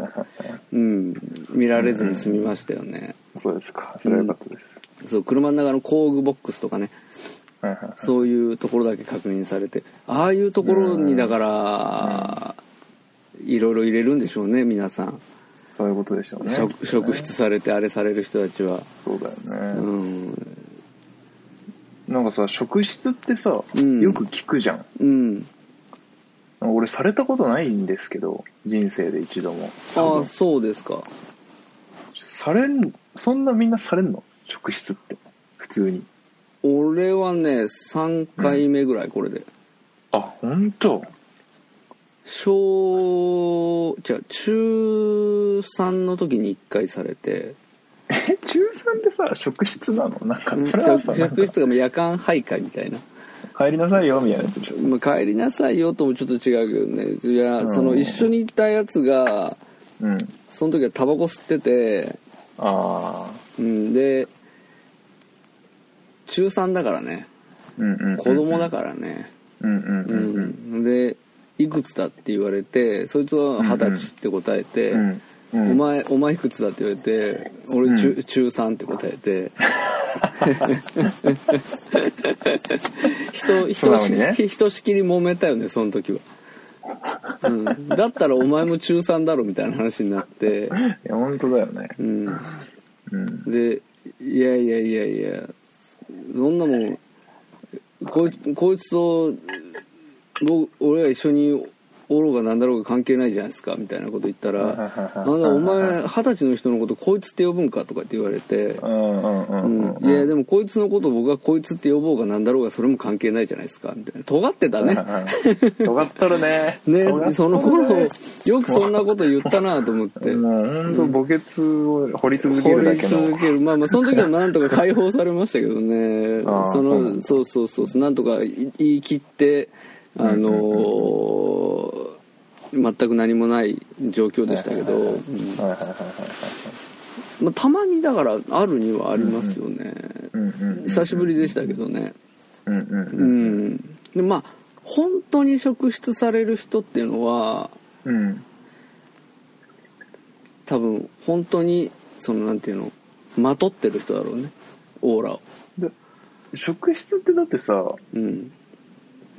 見られずに済みましたよね。 そうですか。それは良かったです。 そう、車の中の工具ボックスとかね、そういうところだけ確認されて、ああいうところにだからいろいろ入れるんでしょうね、皆さん。 そういうことでしょうね。 職質されてあれされる人たちは。 そうだよね。なんかさ、職質ってさ、よく聞くじゃん。俺されたことないんですけど、人生で一度も。 ああ、そうですか。 そんなみんなされんの？職質って普通に。 俺はね3回目ぐらいこれで。 本当？ 中3の時に1回されて。 中3でさ職質なの？なんかそれはさ、 職質が夜間徘徊みたいな。 帰りなさいよみたいなやつでしょ。 帰りなさいよともちょっと違うけどね。いや、その一緒に行ったやつが、その時はタバコ吸ってて、で中3だからね、子供だからね、でいくつだって言われて、そいつは20歳って答えて、お前いくつだって言われて、俺中3って答えて。ひとしきり揉めたよねその時は。だったらお前も中3だろみたいな話になって。 いや本当だよね。 でいやそんなもんこいつと俺が一緒におろうがなんだろうが関係ないじゃないですかみたいなこと言ったら、お前20歳の人のことこいつって呼ぶんかとかって言われて、いやでもこいつのこと僕がこいつって呼ぼうがなんだろうがそれも関係ないじゃないですかみたいな。尖ってたね。 尖っとるね。 その頃よくそんなこと言ったなと思って。 もう本当墓穴を掘り続けるだけの。 掘り続ける。その時はなんとか解放されましたけどね。そうなんとか言い切って。全く何もない状況でしたけど、たまにだからあるにはありますよね。久しぶりでしたけどね。で本当に職質される人っていうのは、多分本当になんていうのまとってる人だろうね、オーラを。 職質ってだってさ、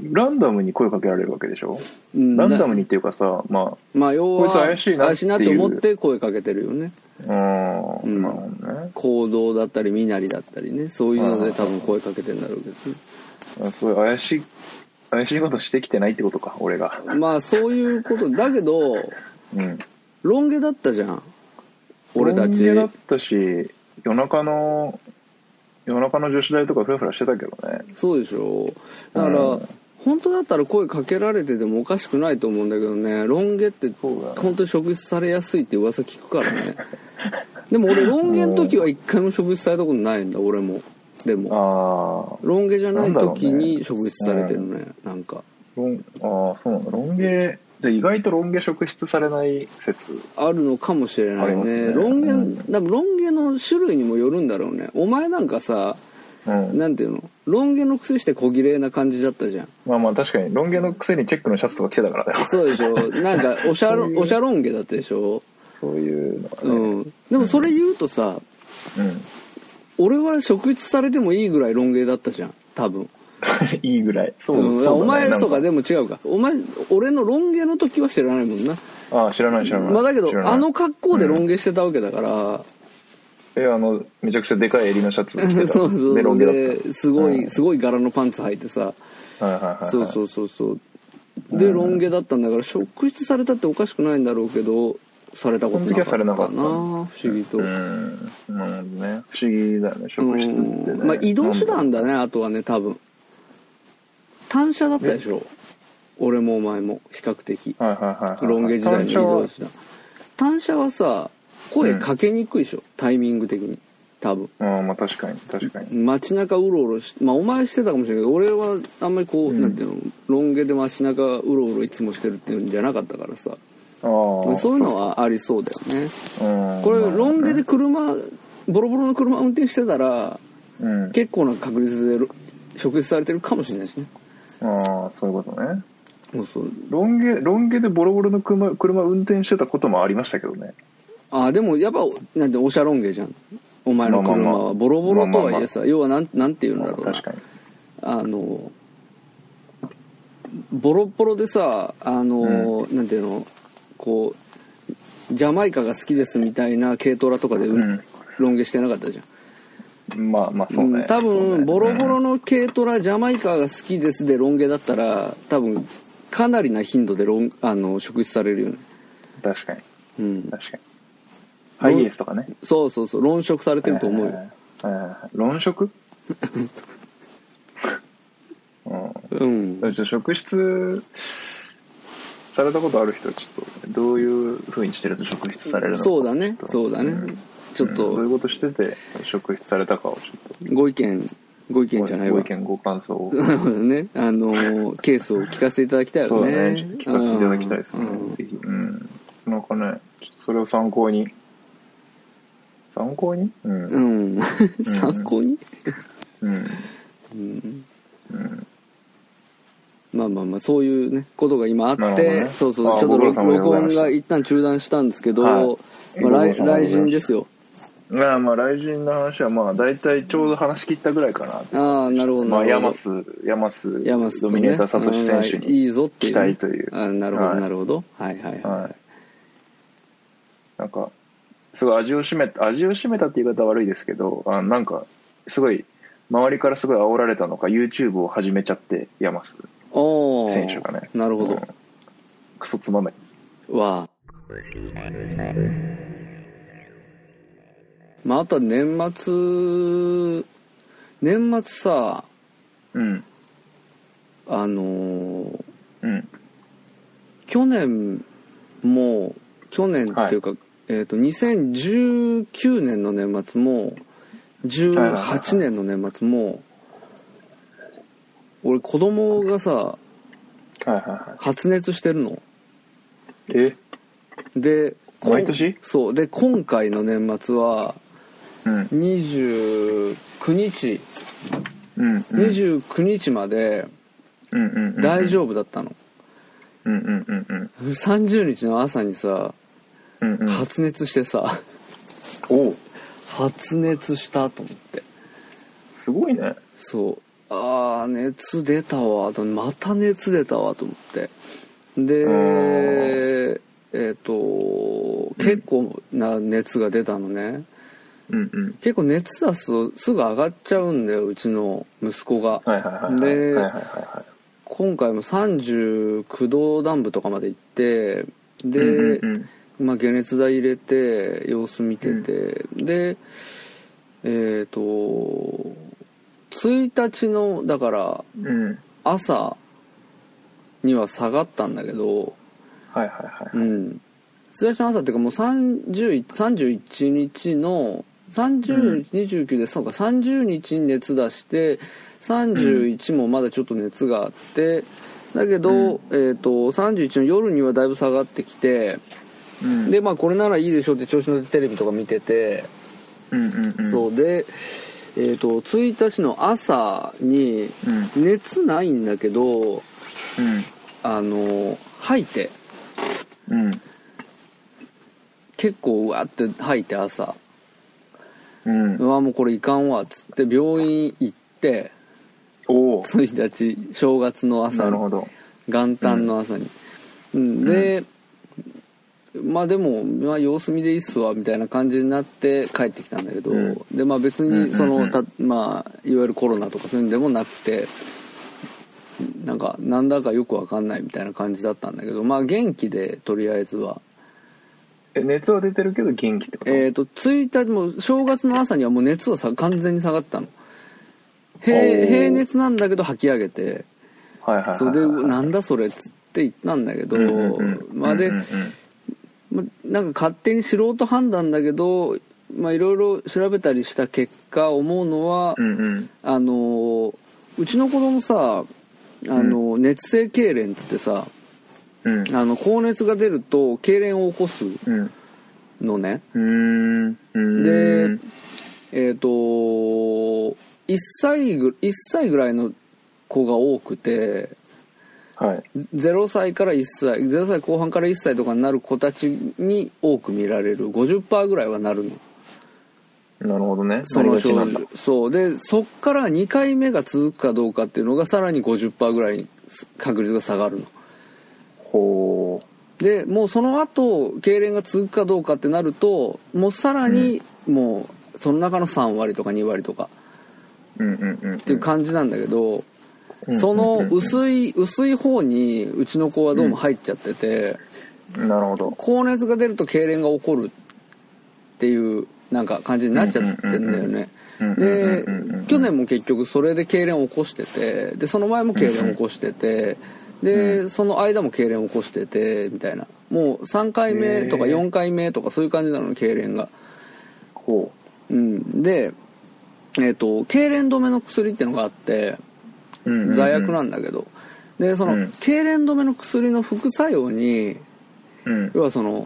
ランダムに声かけられるわけでしょ、ランダムにっていうかさ、まあ要はこいつ怪しいなって思って声かけてるよね。 なるほどね。 行動だったり身なりだったりね、そういうので多分声かけてんだろうけどね。 そういう怪しいことしてきてないってことか、俺が。 まあそういうことだけど、ロン毛だったじゃん俺たち。 ロン毛だったし、夜中の女子大とかフラフラしてたけどね。 そうでしょ。だから、本当だったら声かけられてでもおかしくないと思うんだけどね、ロン毛って本当に職質されやすいって噂聞くからね。でも俺ロン毛の時は一回も職質されたことないんだ、俺も。でもロン毛じゃない時に職質されてるね、なんか。 そうなんだ。ロン毛じゃあ意外とロン毛職質されない説あるのかもしれないね。ロン毛、多分ロン毛の種類にもよるんだろうね。お前なんかさ、なんていうの、ロン毛のくせして小綺麗な感じだったじゃん。 まあ確かにロン毛のくせにチェックのシャツとか着てたからね。 そうでしょ。なんかおしゃロン毛だったでしょ。 そういうのはね。 でもそれ言うとさ、俺は職質されてもいいぐらいロン毛だったじゃん、多分。 いいぐらい。 お前そうか、でも違うか。お前俺のロン毛の時は知らないもんな。 知らない。 まあだけどあの格好でロン毛してたわけだから。 めちゃくちゃでかい襟のシャツ着てた。 そうでロン毛だった。 すごい柄のパンツ履いてさ。そうでロン毛だったんだから職質されたっておかしくないんだろうけど、されたことなかったな、不思議と。 なるほどね。不思議だよね、職質ってね。 まあ移動手段だね、あとはね、多分。単車だったでしょ。俺もお前も比較的。ロン毛時代の移動手段。単車はさ、声かけにくいでしょ、タイミング的に。多分。 まあ確かに。 街中うろうろまあお前してたかもしれないけど、俺はあんまりこう、なんていうの、ロン毛で街中うろうろいつもしてるっていうんじゃなかったからさ。そういうのはありそうだよね。これロン毛でボロボロの車運転してたら、結構な確率で職質されてるかもしれないしね。 そういうことね。 そうロン毛でボロボロの車運転してたこともありましたけどね。 でもやっぱなんておしゃロン毛じゃん、お前の車は。ボロボロとはいえさ、要はなんて言うんだろうな、 確かにボロボロでさ、なんていうの、こうジャマイカが好きですみたいな軽トラとかでロン毛してなかったじゃん。 まあそうね。 多分ボロボロの軽トラジャマイカが好きですでロン毛だったら多分かなりな頻度で職質されるよね。 確かに。確かに。ハイエースとかね。 そう論職されてると思うよ。 論職？じゃあ職質されたことある人はちょっとどういう風にしてると職質されるのか。 そうだね。ちょっと、 どういうことしてて職質されたかをちょっとご意見じゃないわ。 ご意見ご感想をね、ケースを聞かせていただきたいよね。 そうだね、ちょっと聞かせていただきたいですね、ぜひ。なんかね、ちょっとそれを参考に参考にまあそういうねことが今あって、ちょっと録音が一旦中断したんですけど、来人ですよ。 まあ来人の話はまあ大体ちょうど話し切ったぐらいかな。 なるほど。 ヤマスドミネーターサトシ選手にいいぞって期待という。 なるほど。はい。 なんかすごい味を占めたって言い方は悪いですけど、なんかすごい周りからすごい煽られたのか YouTube を始めちゃって、ヤマス選手がね。 なるほど。 クソつまめまああとは年末さ、去年っていうか、2019年の年末も18年の年末も俺子供がさ、発熱してるの。で毎年？ そうで今回の年末は29日29日まで大丈夫だったの。30日の朝にさ、発熱してさ、発熱したと思って。 すごいね。 そう熱出たわと、また熱出たわと思って。で、結構な熱が出たのね。 うんうん、 結構熱出すとすぐ上がっちゃうんだよ、うちの息子が。で、今回も39度暖房とかまで行って、で、まあ、解熱剤入れて様子見てて、で1日のだから朝には下がったんだけど、1日の朝っていうかもう31日の3029で、そうか30日に熱出して31もまだちょっと熱があって、だけど、31の夜にはだいぶ下がってきて、でまあこれならいいでしょうって調子のテレビとか見てて、そうで、1日の朝に熱ないんだけど、吐いて、結構うわって吐いて朝、うわもうこれいかんわっつって病院行って、1日正月の朝に、元旦の朝に、でまあでも、まあ、様子見でいいっすわみたいな感じになって帰ってきたんだけど、でまあ別にそのまあいわゆるコロナとかそういうんでもなくて、なんだかよくわかんないみたいな感じだったんだけど、まあ元気でとりあえずは。 熱は出てるけど元気ってこと？ 1日も正月の朝にはもう熱は完全に下がったの。平熱なんだけど吐き上げて、それでなんだそれっつって言ったんだけど、まあで、なんか勝手に素人判断だけど、まあいろいろ調べたりした結果思うのは、うちの子供さ、熱性痙攣っつってさ、高熱が出ると痙攣を起こすのね。で、1歳ぐらいの子が多くて、0歳から1歳、0歳後半から1歳とかになる子たちに多く見られる。 50% ぐらいはなるの。 なるほどね。 その症状。そうで、そっから2回目が続くかどうかっていうのがさらに 50% ぐらいに確率が下がるの。 ほうでもうその後痙攣が続くかどうかってなると、もうさらにもうその中の3割とか2割とかっていう感じなんだけど、その薄い方にうちの子はどうも入っちゃってて、 なるほど。 高熱が出ると痙攣が起こるっていうなんか感じになっちゃってんだよね。で去年も結局それで痙攣を起こしてて、でその前も痙攣を起こしてて、でその間も痙攣を起こしててみたいな、もう3回目とか4回目とかそういう感じなの、痙攣が。で痙攣止めの薬っていうのがあって、罪悪なんだけど、でその痙攣止めの薬の副作用に、要はその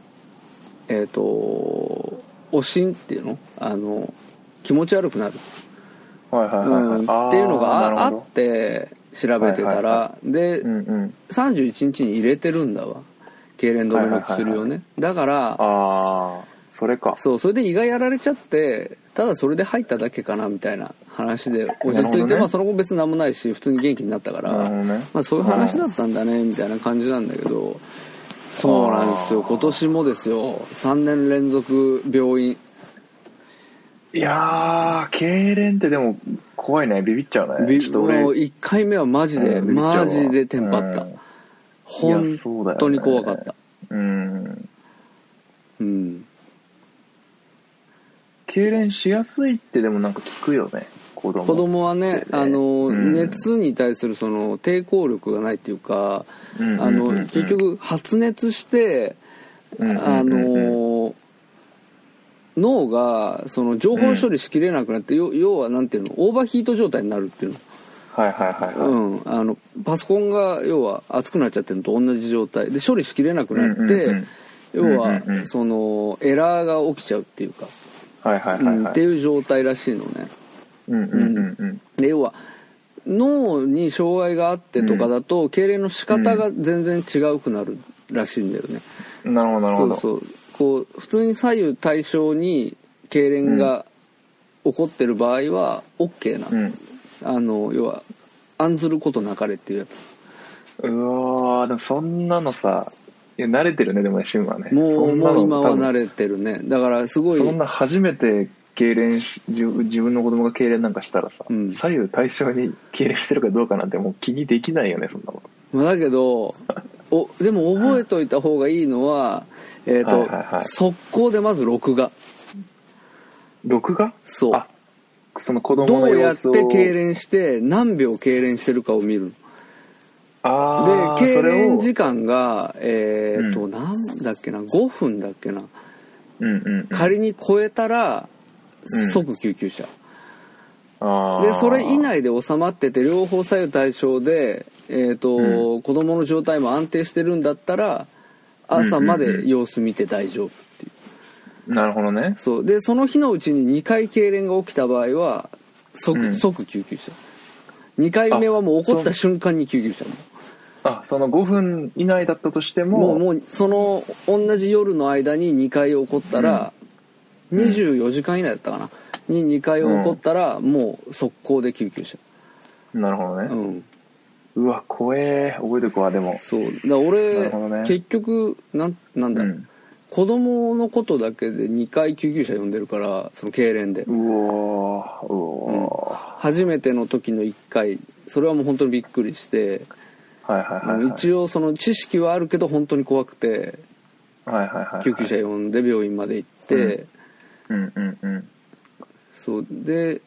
おしんっていうの、気持ち悪くなるっていうのがあって調べてたら、で31日に入れてるんだわ、痙攣止めの薬をね。だからそれか。 そう、それで胃がやられちゃって、ただそれで入っただけかなみたいな話で落ち着いて、まあその後別に何もないし普通に元気になったから、まあそういう話だったんだねみたいな感じなんだけど、そうなんですよ、今年もですよ、3年連続病院。 いやー、痙攣ってでも怖いね、ビビっちゃうね。ちょっと俺もう1回目はマジでテンパった。本当に怖かった。 痙攣しやすいってでもなんか聞くよね、子供はね、熱に対するその抵抗力がないっていうか、結局発熱して脳がその情報処理しきれなくなって、要はなんていうの、オーバーヒート状態になるっていうの。パソコンが要は熱くなっちゃってるのと同じ状態で処理しきれなくなって、要はそのエラーが起きちゃうっていうか、っていう状態らしいのね。で要は脳に障害があってとかだと、痙攣の仕方が全然違うくなるらしいんだよね。 なるほどなるほど。 そうこう普通に左右対称に痙攣が起こってる場合は OK な、 要は案ずることなかれっていうやつ。 うわー、でもそんなのさ、いや慣れてるね、でもね、シムはね。 もう今は慣れてるね。だからすごい。 そんな初めて痙攣自分の子供が痙攣なんかしたらさ、左右対称に痙攣してるかどうかなんてもう気にできないよね、そんなこと。 だけど、でも覚えといた方がいいのは、速攻でまず録画。 録画？ そう。 その子供の様子を。 どうやって痙攣して何秒痙攣してるかを見る。で痙攣時間がなんだっけな、5分だっけな、仮に超えたら即救急車、でそれ以内で収まってて両方左右対称で、子供の状態も安定してるんだったら朝まで様子見て大丈夫っていう、 なるほどね。 そうでその日のうちに2回痙攣が起きた場合は即救急車、2回目はもう起こった瞬間に救急車。 その5分以内だったとしてももうその同じ夜の間に2回起こったら、24時間以内だったかなに2回起こったら、もう速攻で救急車。 なるほどね。うわ怖え、覚えてくわ。でもそうだ俺、結局なんだ、子供のことだけで2回救急車呼んでるから、その痙攣で。初めての時の1回それはもう本当にびっくりして、一応その知識はあるけど本当に怖くて、救急車呼んで病院まで行って、そうで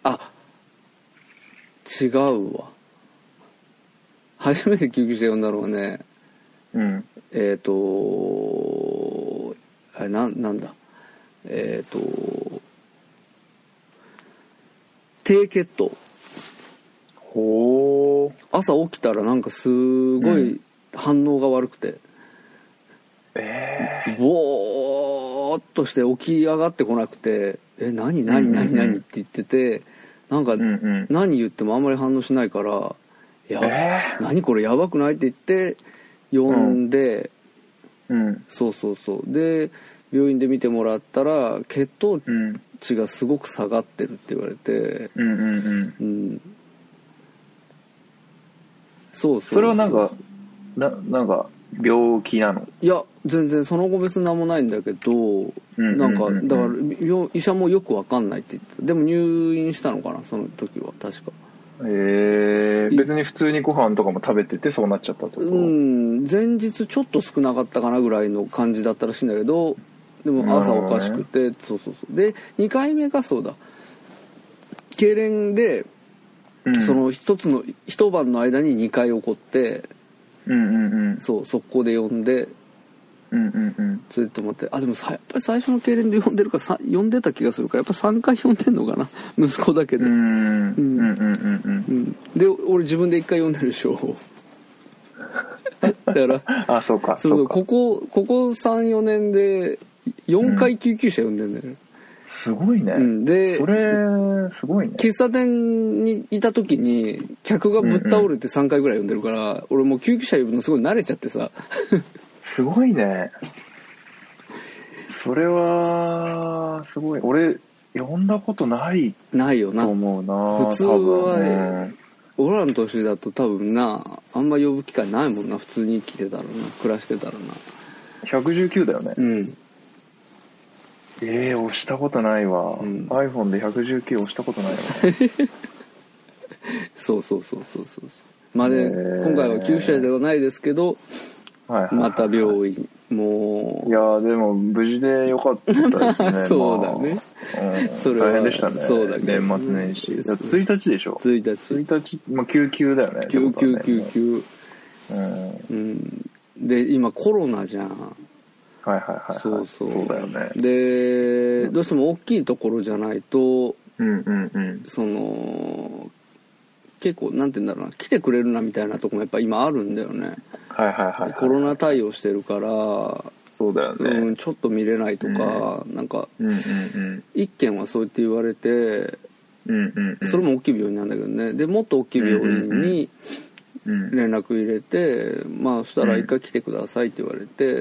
違うわ、初めて救急車呼んだのはね、あれなんだ低血糖。朝起きたらなんかすごい反応が悪くて、ぼーっとして起き上がってこなくて、何って言ってて、なんか何言ってもあんまり反応しないから、何これやばくないって言って呼んで、そうで病院で見てもらったら血糖値がすごく下がってるって言われて、それはなんか病気なの？ いや全然その後別に何もないんだけど、なんかだから医者もよく分かんないって言ってた。でも入院したのかな、その時は確か。 別に普通にご飯とかも食べててそうなっちゃったってこと？ 前日ちょっと少なかったかなぐらいの感じだったらしいんだけど、でも朝おかしくて、そうで2回目がそうだ、痙攣で、その一晩の間に2回起こって、そう速攻で呼んで連れてもらって、でもやっぱり最初の痙攣で呼んでるから呼んでた気がするから、やっぱ3回呼んでんのかな、息子だけで。で俺自分で1回呼んでるでしょだからそうか、 ここ 3,4 年で4回救急車呼んでんだよね。 すごいね。 でそれすごいね。 喫茶店にいた時に客がぶっ倒れて3回ぐらい呼んでるから、俺もう救急車呼ぶのすごい慣れちゃってさすごいね。それはすごい。俺呼んだことないよなと思うな。 普通は、俺らの年だと多分な、あんま呼ぶ機会ないもんな。普通に生きてたらな、暮らしてたらな。 119だよね。押したことないわ。iPhone で119押したことないわそうまあね、今回は救急車ではないですけど、また病院もう、 いやでも無事でよかったですねそうだね、 それは大変でしたね。 そうだね、 年末年始。1日でしょ。1日、救急だよね。 救急。で今コロナじゃん。そうだよね。でどうしても大きいところじゃないと、その結構なんて言うんだろうな、来てくれるなみたいなとこもやっぱ今あるんだよね。コロナ対応してるから、 そうだよね。 ちょっと見れないとか、なんか一件はそう言って言われて、それも大きい病院なんだけどね。でもっと大きい病院に連絡入れて、そしたら一回来てくださいって言われて、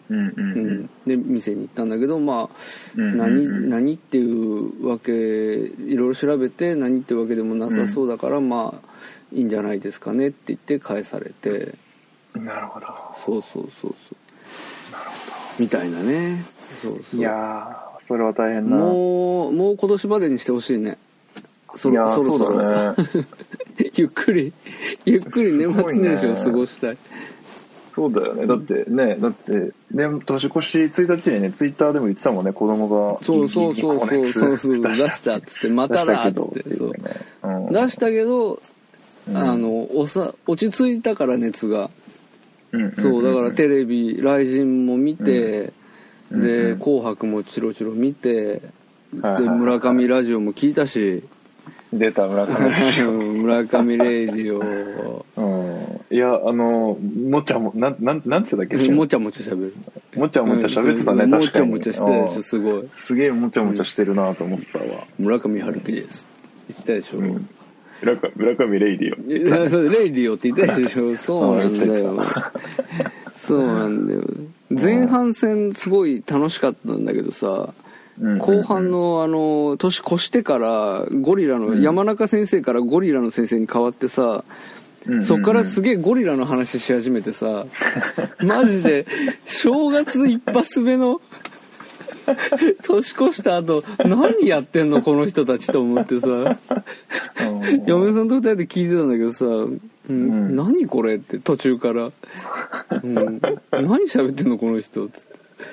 で店に行ったんだけど、まあ、何っていうわけいろいろ調べて何っていうわけでもなさそうだから、まあいいんじゃないですかねって言って返されて。 なるほど。 そうなるほどみたいなね。 いやー、それは大変だ。 もう今年までにしてほしいね。そろそろ、ね、ゆっくり年末年始を過ごしたい。 そうだよね。だってね、年越し1日にね、ツイッターでも言ってたもんね、子供が。 そう出したっつって、まただっつって、そう。出したけど、落ち着いたから熱が。そう、だからテレビ、雷神も見て、で、紅白もチロチロ見て、で、村上ラジオも聞いたし、 出た村上ラジオ村上レイディオ、 いやもちゃもなんてだっけ、 もちゃもちゃ喋る、 もちゃもちゃ喋ってたね、確かにもちゃもちゃしてたでしょ。すごい、 すげえもちゃもちゃしてるなと思ったわ。 村上春樹です言ったでしょ。 村上レイディオ、 そうレイディオって言ったでしょ。そうなんだよそうなんだよ。前半戦すごい楽しかったんだけどさ、後半の年越してからゴリラの、山中先生からゴリラの先生に変わってさ、そっからすげえゴリラの話し始めてさ、マジで正月一発目の年越した後何やってんのこの人たちと思ってさ、嫁さんと二人で聞いてたんだけどさ、何これって途中から、何喋ってんのこの人って。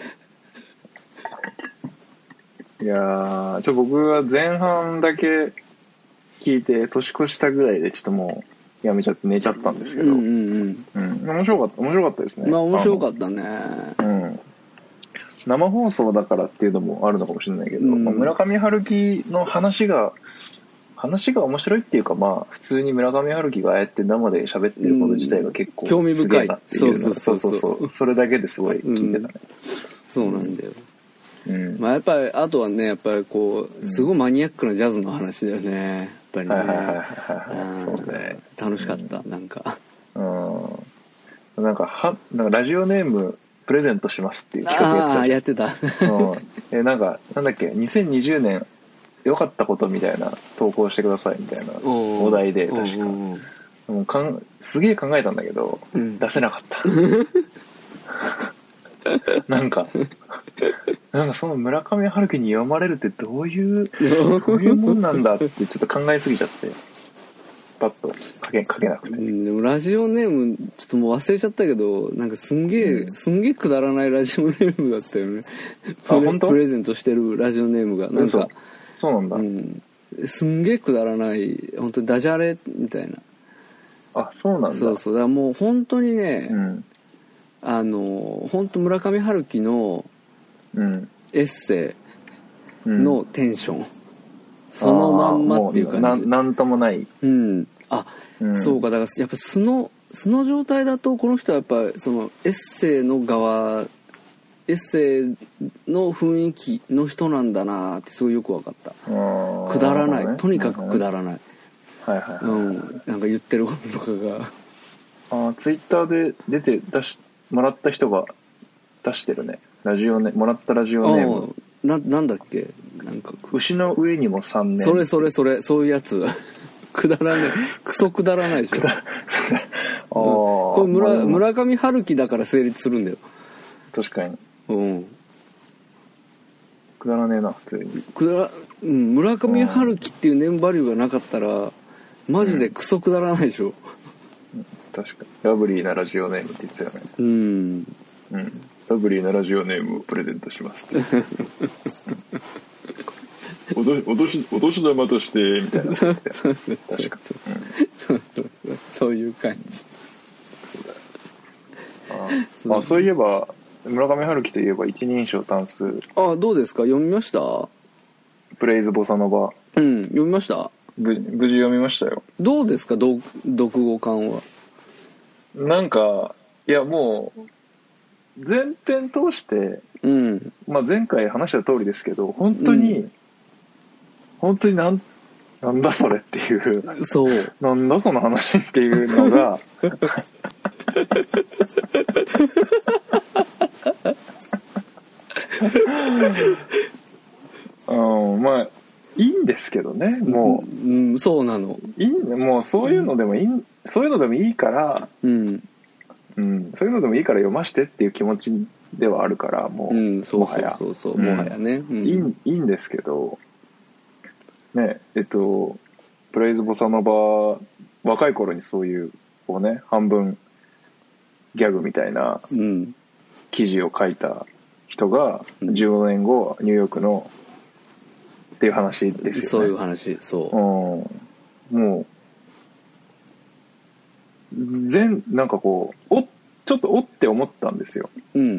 いやー、僕は前半だけ聞いて年越したぐらいでちょっともうやめちゃって寝ちゃったんですけど、面白かったですね。 まあ面白かったね。 生放送だからっていうのもあるのかもしれないけど、村上春樹の話が面白いっていうか、まあ普通に村上春樹がああやって生で喋ってること自体が結構興味深いなっていうの、 そうそれだけですごい聞いてたね。 そうなんだよ。まあやっぱりあとはね、やっぱりこうすごいマニアックなジャズの話だよね、やっぱりね。 そうね。 楽しかった、なんか。 なんかラジオネームプレゼントしますっていう企画やってた。 なんかなんだっけ、2020年良かったことみたいな投稿してくださいみたいなお題で、確かすげえ考えたんだけど、出せなかったなんかその村上春樹に読まれるってどういうもんなんだってちょっと考えすぎちゃってパッと書けなくて。でもラジオネームちょっともう忘れちゃったけど、なんかすんげえくだらないラジオネームだったよね。プレゼントしてるラジオネームがなんかそうなんだ。すんげえくだらない本当にダジャレみたいな。 あ、そうなんだ。 そうだからもう本当にね、本当村上春樹のエッセイのテンション、そのまんまっていう感じ。 なんともない。 そうか、だからやっぱ素の状態だとこの人はやっぱそのエッセイの側、エッセイの雰囲気の人なんだなってすごいよく分かった。くだらない、とにかくくだらない。なんか言ってることとかが。ツイッターで出してもらった人が出してるね。もらったラジオネーム。 なんだっけ、なんか牛の上にも3年。 それそういうやつ。くだらない、クソくだらないでしょ。これ村上春樹だから成立するんだよ。 確かに。くだらねえな普通に。 村上春樹っていうネームバリューがなかったらマジでクソくだらないでしょ。 確かに。ラブリーなラジオネームって言ってたよね。ラブリーなラジオネームをプレゼントしますって。お年玉としてみたいな。確か。 そういう感じ。 そういえば村上春樹といえば一人称単数。 どうですか、読みました？ プレイズボサノバ。 読みました。 無事読みましたよ。 どうですか、読後感は。 なんかいやもう前編通して、前回話した通りですけど、本当になんだそれっていう、 そうなんだその話っていうのがまあいいんですけどね、もう、 うん、そうなの。 もうそういうのでもいい、そういうのでもいいから、そういうのでもいいから読ましてっていう気持ちではあるから、もう、 もはや、もはやね、 いいんですけど、ね、プレイズボサノバ、若い頃にそういうこうね、半分ギャグみたいな記事を書いた人が15年後ニューヨークのっていう話ですよね。 そういう話、そう。 もうなんかこうちょっとって思ったんですよ。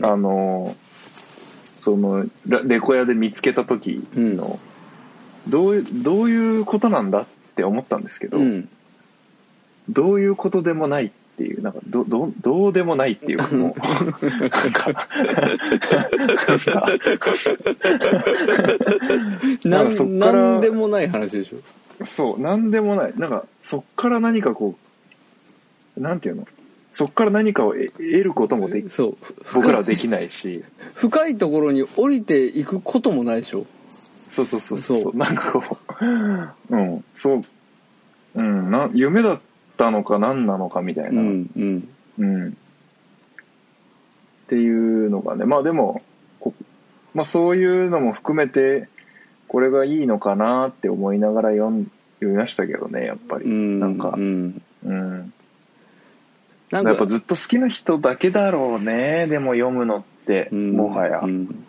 そのレコヤで見つけた時の、どういうことなんだって思ったんですけど、どういうことでもないっていう、なんかどうでもないっていうか、もうなんでもない話でしょ。 そう、なんでもない。なんかそっから何かこう、なんていうの、そっから何かを得ることも僕らはできないし、 深いところに降りていくこともないでしょ。 そうなんかこう、夢だったのか何なのかみたいな、っていうのがね、まあでもまあそういうのも含めてこれがいいのかなって思いながら読みましたけどね、やっぱりなんかやっぱずっと好きな人だけだろうね、でも読むのってもはや。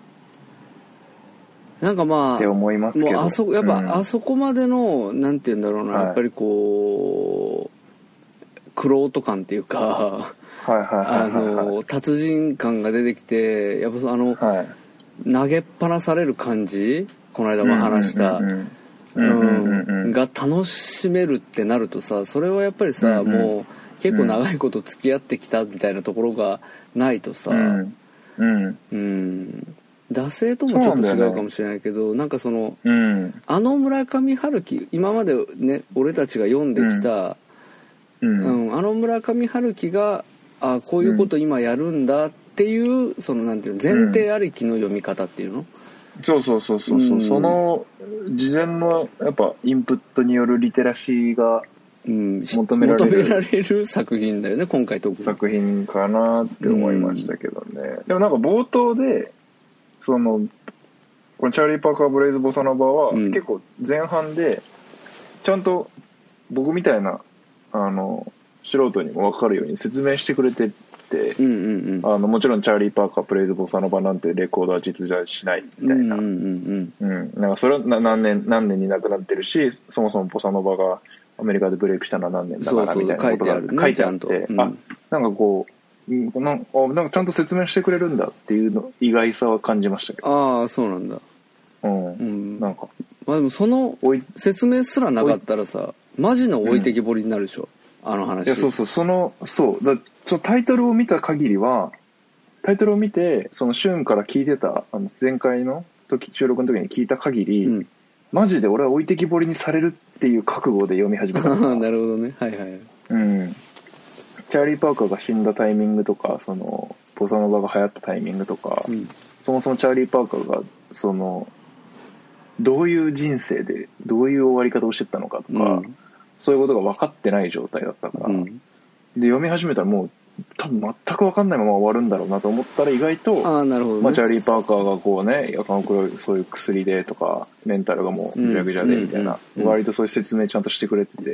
なんかまあって思いますけど、 やっぱあそこまでのなんて言うんだろうな、やっぱりこう玄人感っていうか、達人感が出てきて、やっぱ投げっぱなされる感じ、この間も話したが楽しめるってなるとさ、それはやっぱりさ、もう結構長いこと付き合ってきたみたいなところがないとさ、惰性ともちょっと違うかもしれないけど、なんかその、村上春樹、今までね俺たちが読んできた、村上春樹がこういうこと今やるんだっていう、そのなんていうの、前提ありきの読み方っていうの、 そうその事前のやっぱインプットによるリテラシーが求められる作品だよね、今回特に作品かなって思いましたけどね。でもなんか冒頭でこのチャーリー・パーカー・ブレイズ・ボサノバは結構前半でちゃんと僕みたいな素人にも分かるように説明してくれてて、もちろんチャーリー・パーカー・ブレイズ・ボサノバなんてレコードは実在しないみたいな、なんかそれは何年に亡くなってるし、そもそもボサノバがアメリカでブレイクしたのは何年だからみたいなことが書いてあって、なんかこうなんかちゃんと説明してくれるんだっていうの意外さは感じましたけど。 そうなんだ。 なんかまあでもその説明すらなかったらさ、マジの置いてきぼりになるでしょ、あの話。 いやそのタイトルを見た限りは、タイトルを見てそのシュンから聞いてた前回の収録の時に聞いた限り、マジで俺は置いてきぼりにされるっていう覚悟で読み始めた。 なるほどね、はいはい。 チャーリー・パーカーが死んだタイミングとか、そのボサノバが流行ったタイミングとか、そもそもチャーリー・パーカーがそのどういう人生でどういう終わり方をしてったのかとか、そういうことが分かってない状態だったから、で読み始めたらもう多分全く分かんないまま終わるんだろうなと思ったら、意外となるほど、ね、 まあ、チャーリー・パーカーがこうね、そういう薬でとかメンタルがもうぐちゃぐちゃでみたいな、割とそういう説明ちゃんとしてくれてて、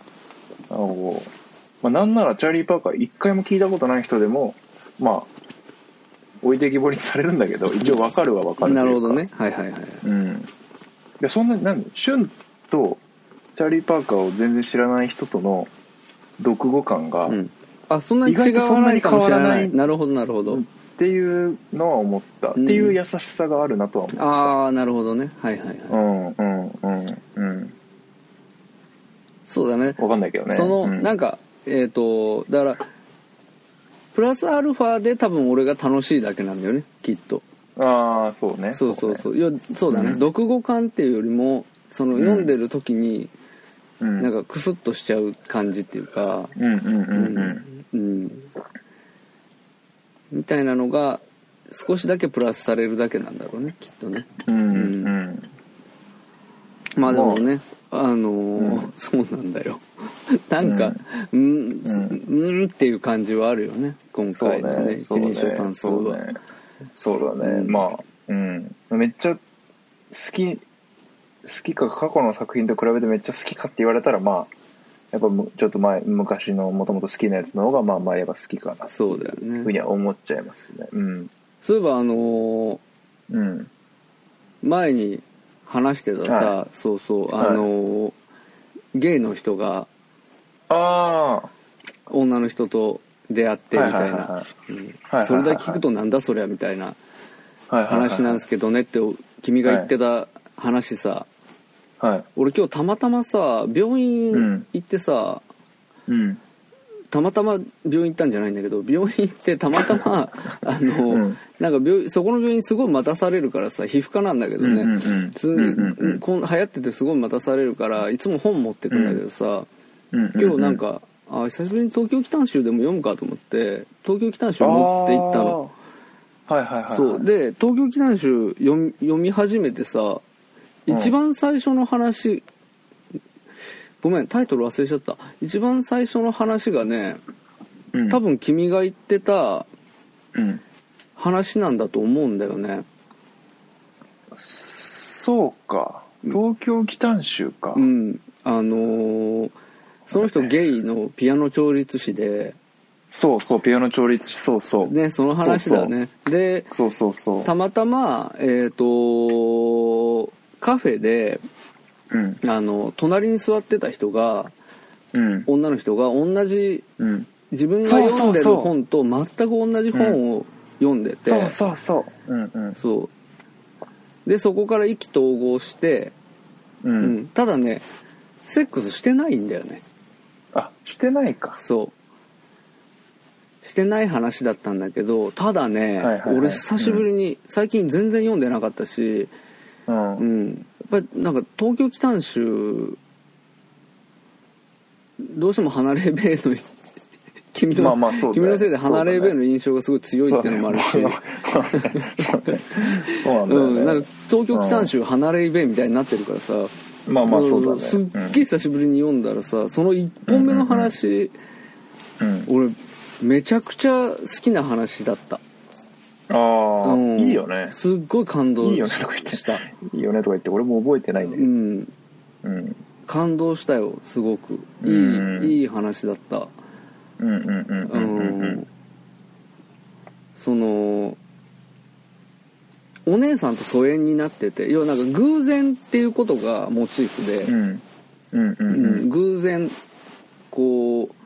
まあ、なんならチャーリー・パーカー一回も聞いたことない人でもまあ置いてきぼりにされるんだけど、一応分かるは分かる。 なるほどね、はいはいはい。 でそんなシュンとチャーリー・パーカーを全然知らない人との読後感が、 そんなに違わないかもしれない。なるほどなるほど。 っていうのは思った。っていう優しさがあるなとは思った。 なるほどね。はいはいはい。そうだね。 わかんないけどね。 なんかだからプラスアルファで多分俺が楽しいだけなんだよね、きっと。 そうね。 そういやそうだね、読後感っていうよりも読んでる時になんかクスッとしちゃう感じっていうか、みたいなのが少しだけプラスされるだけなんだろうねきっとね。まあでもね、そうなんだよ。なんか、っていう感じはあるよね、今回のね、一人称単数は。 そうだね、まあ、めっちゃ好きか、過去の作品と比べてめっちゃ好きかって言われたら、まあ、やっぱちょっと昔のもともと好きなやつの方が、まあ、やっぱ好きかな。 そうだよね。 ふうには思っちゃいますね。 そういえば前に話してたさ、ゲイの人が女の人と出会ってみたいな、それだけ聞くとなんだそりゃみたいな話なんですけどねって君が言ってた話さ、俺今日たまたまさ病院行ってさ、たまたま病院行ったんじゃないんだけど、病院行ってたまたまなんかそこの病院すごい待たされるからさ、皮膚科なんだけどね、流行っててすごい待たされるからいつも本持ってくんだけどさ、今日なんか久しぶりに東京奇譚集でも読むかと思って東京奇譚集持って行ったの。そうで東京奇譚集読み始めてさ、一番最初の話、ごめんタイトル忘れちゃった。一番最初の話がね、多分君が言ってた話なんだと思うんだよね。 そうか、東京奇譚集か。 その人ゲイのピアノ調律師で、 ピアノ調律師、 ね、その話だね。で、たまたまカフェで、隣に座ってた人が、女の人が同じ、自分が読んでる本と全く同じ本を読んでて、でそこから意気投合して、ただねセックスしてないんだよね。 してないか。 してない話だったんだけど、ただね、俺久しぶりに、最近全然読んでなかったし、やっぱりなんか東京奇譚集どうしても離れベイの君のせいで離れベイの印象がすごい強いっていうのもあるし、なんか東京奇譚集離れベイみたいになってるからさ、すっげえ久しぶりに読んだらさ、その1本目の話、俺めちゃくちゃ好きな話だった。 いいよね。 すっごい感動した。 いいよねとか言って俺も覚えてないんだけど、 感動したよ、すごくいい話だった。そのお姉さんと疎遠になってて、要はなんか偶然っていうことがモチーフで、偶然こう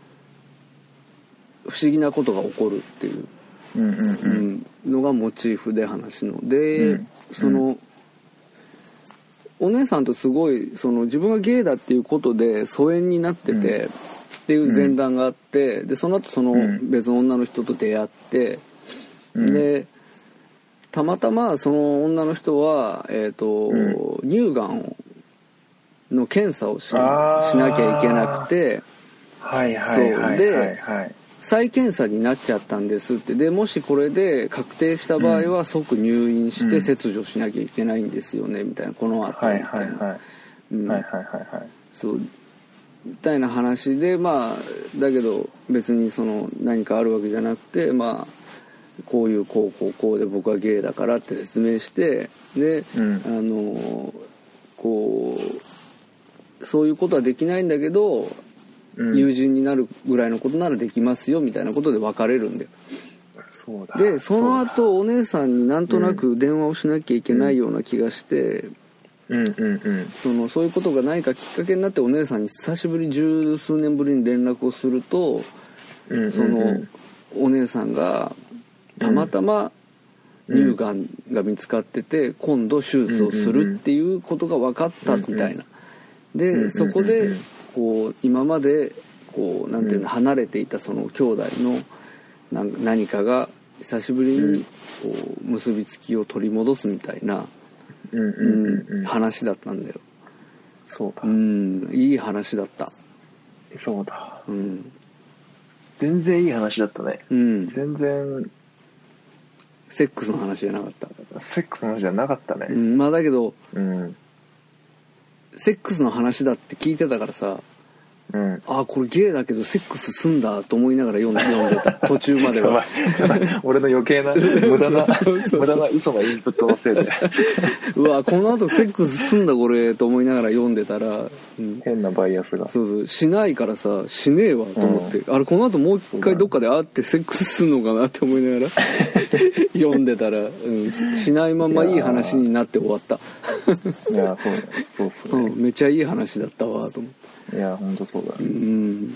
不思議なことが起こるっていうのがモチーフで話ので、そのお姉さんとすごいその自分がゲイだっていうことで疎遠になってて、っていう前段があって、でその後その別の女の人と出会って、でたまたまその女の人は乳がんの検査をしなきゃいけなくて、で再検査になっちゃったんですって。でもしこれで確定した場合は即入院して切除しなきゃいけないんですよねみたいな、この後みたいな、そうみたいな話で、まあだけど別にその何かあるわけじゃなくて、まあこういうこうで僕はゲイだからって説明して、で、こうそういうことはできないんだけど、友人になるぐらいのことならできますよみたいなことで別れるんだよ。でその後お姉さんになんとなく電話をしなきゃいけないような気がして、そういうことが何かきっかけになってお姉さんに久しぶり十数年ぶりに連絡をすると、そのお姉さんがたまたま乳がんが見つかってて、今度手術をするっていうことが分かったみたいな。でそこでこう今までこうなんていうの、離れていたその兄弟の何かが久しぶりにこう結びつきを取り戻すみたいな話だったんだよ。いい話だった。 全然いい話だったね。全然セックスの話じゃなかった。 セックスの話じゃなかったね。 まあだけど、 セックスの話だって聞いてたからさ、あこれゲイだけどセックスすんだと思いながら読んでた途中までは俺の余計な無駄な嘘のインプットのせいでうわこの後セックスすんだこれと思いながら読んでたら、 変なバイアスがそうしないからさしねえわと思って、あれこの後もう一回どっかで会ってセックスすんのかなって思いながら読んでたら、しないままいい話になって終わったいやそうっすね、 めっちゃいい話だったわと思って。 いや本当そうだね、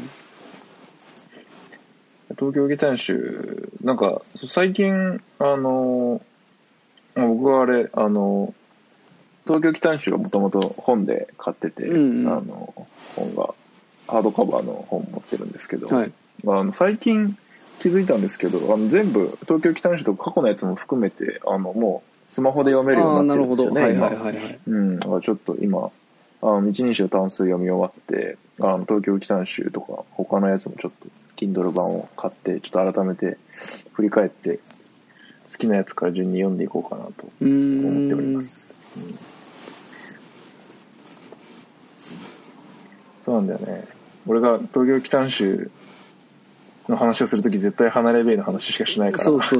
東京劇団集なんか最近僕はあれ東京劇団集がもともと本で買ってて、本がハードカバーの本持ってるんですけど、はい、最近気づいたんですけど全部東京劇団集と過去のやつも含めてもうスマホで読めるようになってるんですよね。だからちょっと今一人称単数読み終わって東京劇団集とか他のやつもちょっと Kindle 版を買ってちょっと改めて振り返って好きなやつから順に読んでいこうかなと思っております。そうなんだよね。俺が東京劇団集の話をするとき絶対離れベイの話しかしないから。そう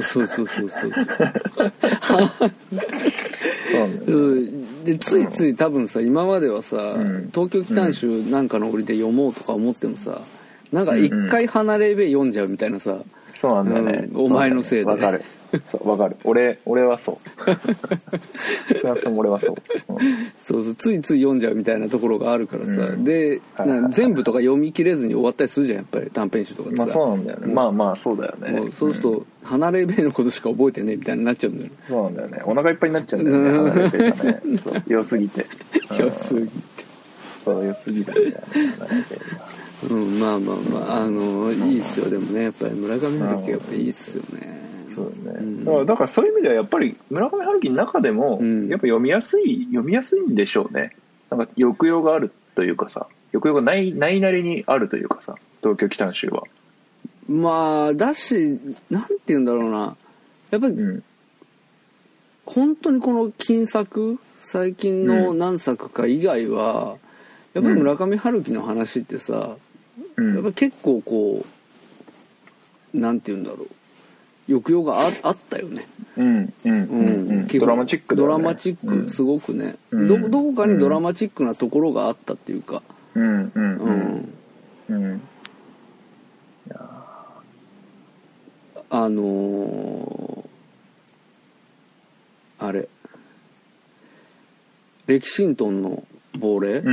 でついつい多分さ今まではさ、東京劇団集なんかの折で読もうとか思ってもさ、なんか一回離れべ読んじゃうみたいなさ、 そうなんだよね、 お前のせいで。 わかる俺はそう少なくとも俺はそう、 そうついつい読んじゃうみたいなところがあるからさ、で、全部とか読み切れずに終わったりするじゃんやっぱり短編集とかでさ。 そうなんだよね、まあそうだよね。 そうすると離れべのことしか覚えてねえみたいになっちゃうんだよ。 そうなんだよね、お腹いっぱいになっちゃうんだよね離れべがね良すぎて良すぎたみたいなまあいいっすよ。でもねやっぱり村上春樹やっぱいいっすよね。 そうね、だからそういう意味ではやっぱり村上春樹の中でもやっぱ読みやすいんでしょうね。なんか抑揚があるというかさ、抑揚がないなりにあるというかさ、東京奇譚集はまあだしなんて言うんだろうな、やっぱり、本当にこの近作最近の何作か以外は、やっぱり村上春樹の話ってさ、やっぱ結構こうなんて言うんだろう、抑揚が あったよね。 ドラマチックだよね。 ドラマチック、すごくね、どこかにドラマチックなところがあったっていうか、あれレキシントンの亡霊、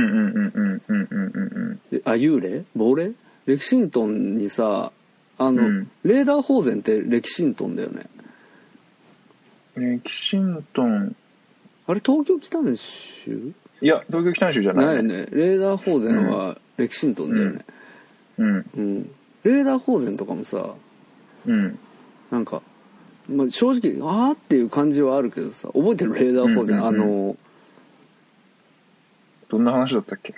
幽霊亡霊レキシントンにさレーダーホーゼンってレキシントンだよね。 レキシントンあれ東京奇譚集？いや東京奇譚集じゃないね。レーダーホーゼンはレキシントンだよね。レーダーホーゼンとかもさ、なんか、まあ、正直あーっていう感じはあるけどさ、覚えてる？レーダーホーゼン、 どんな話だったっけ？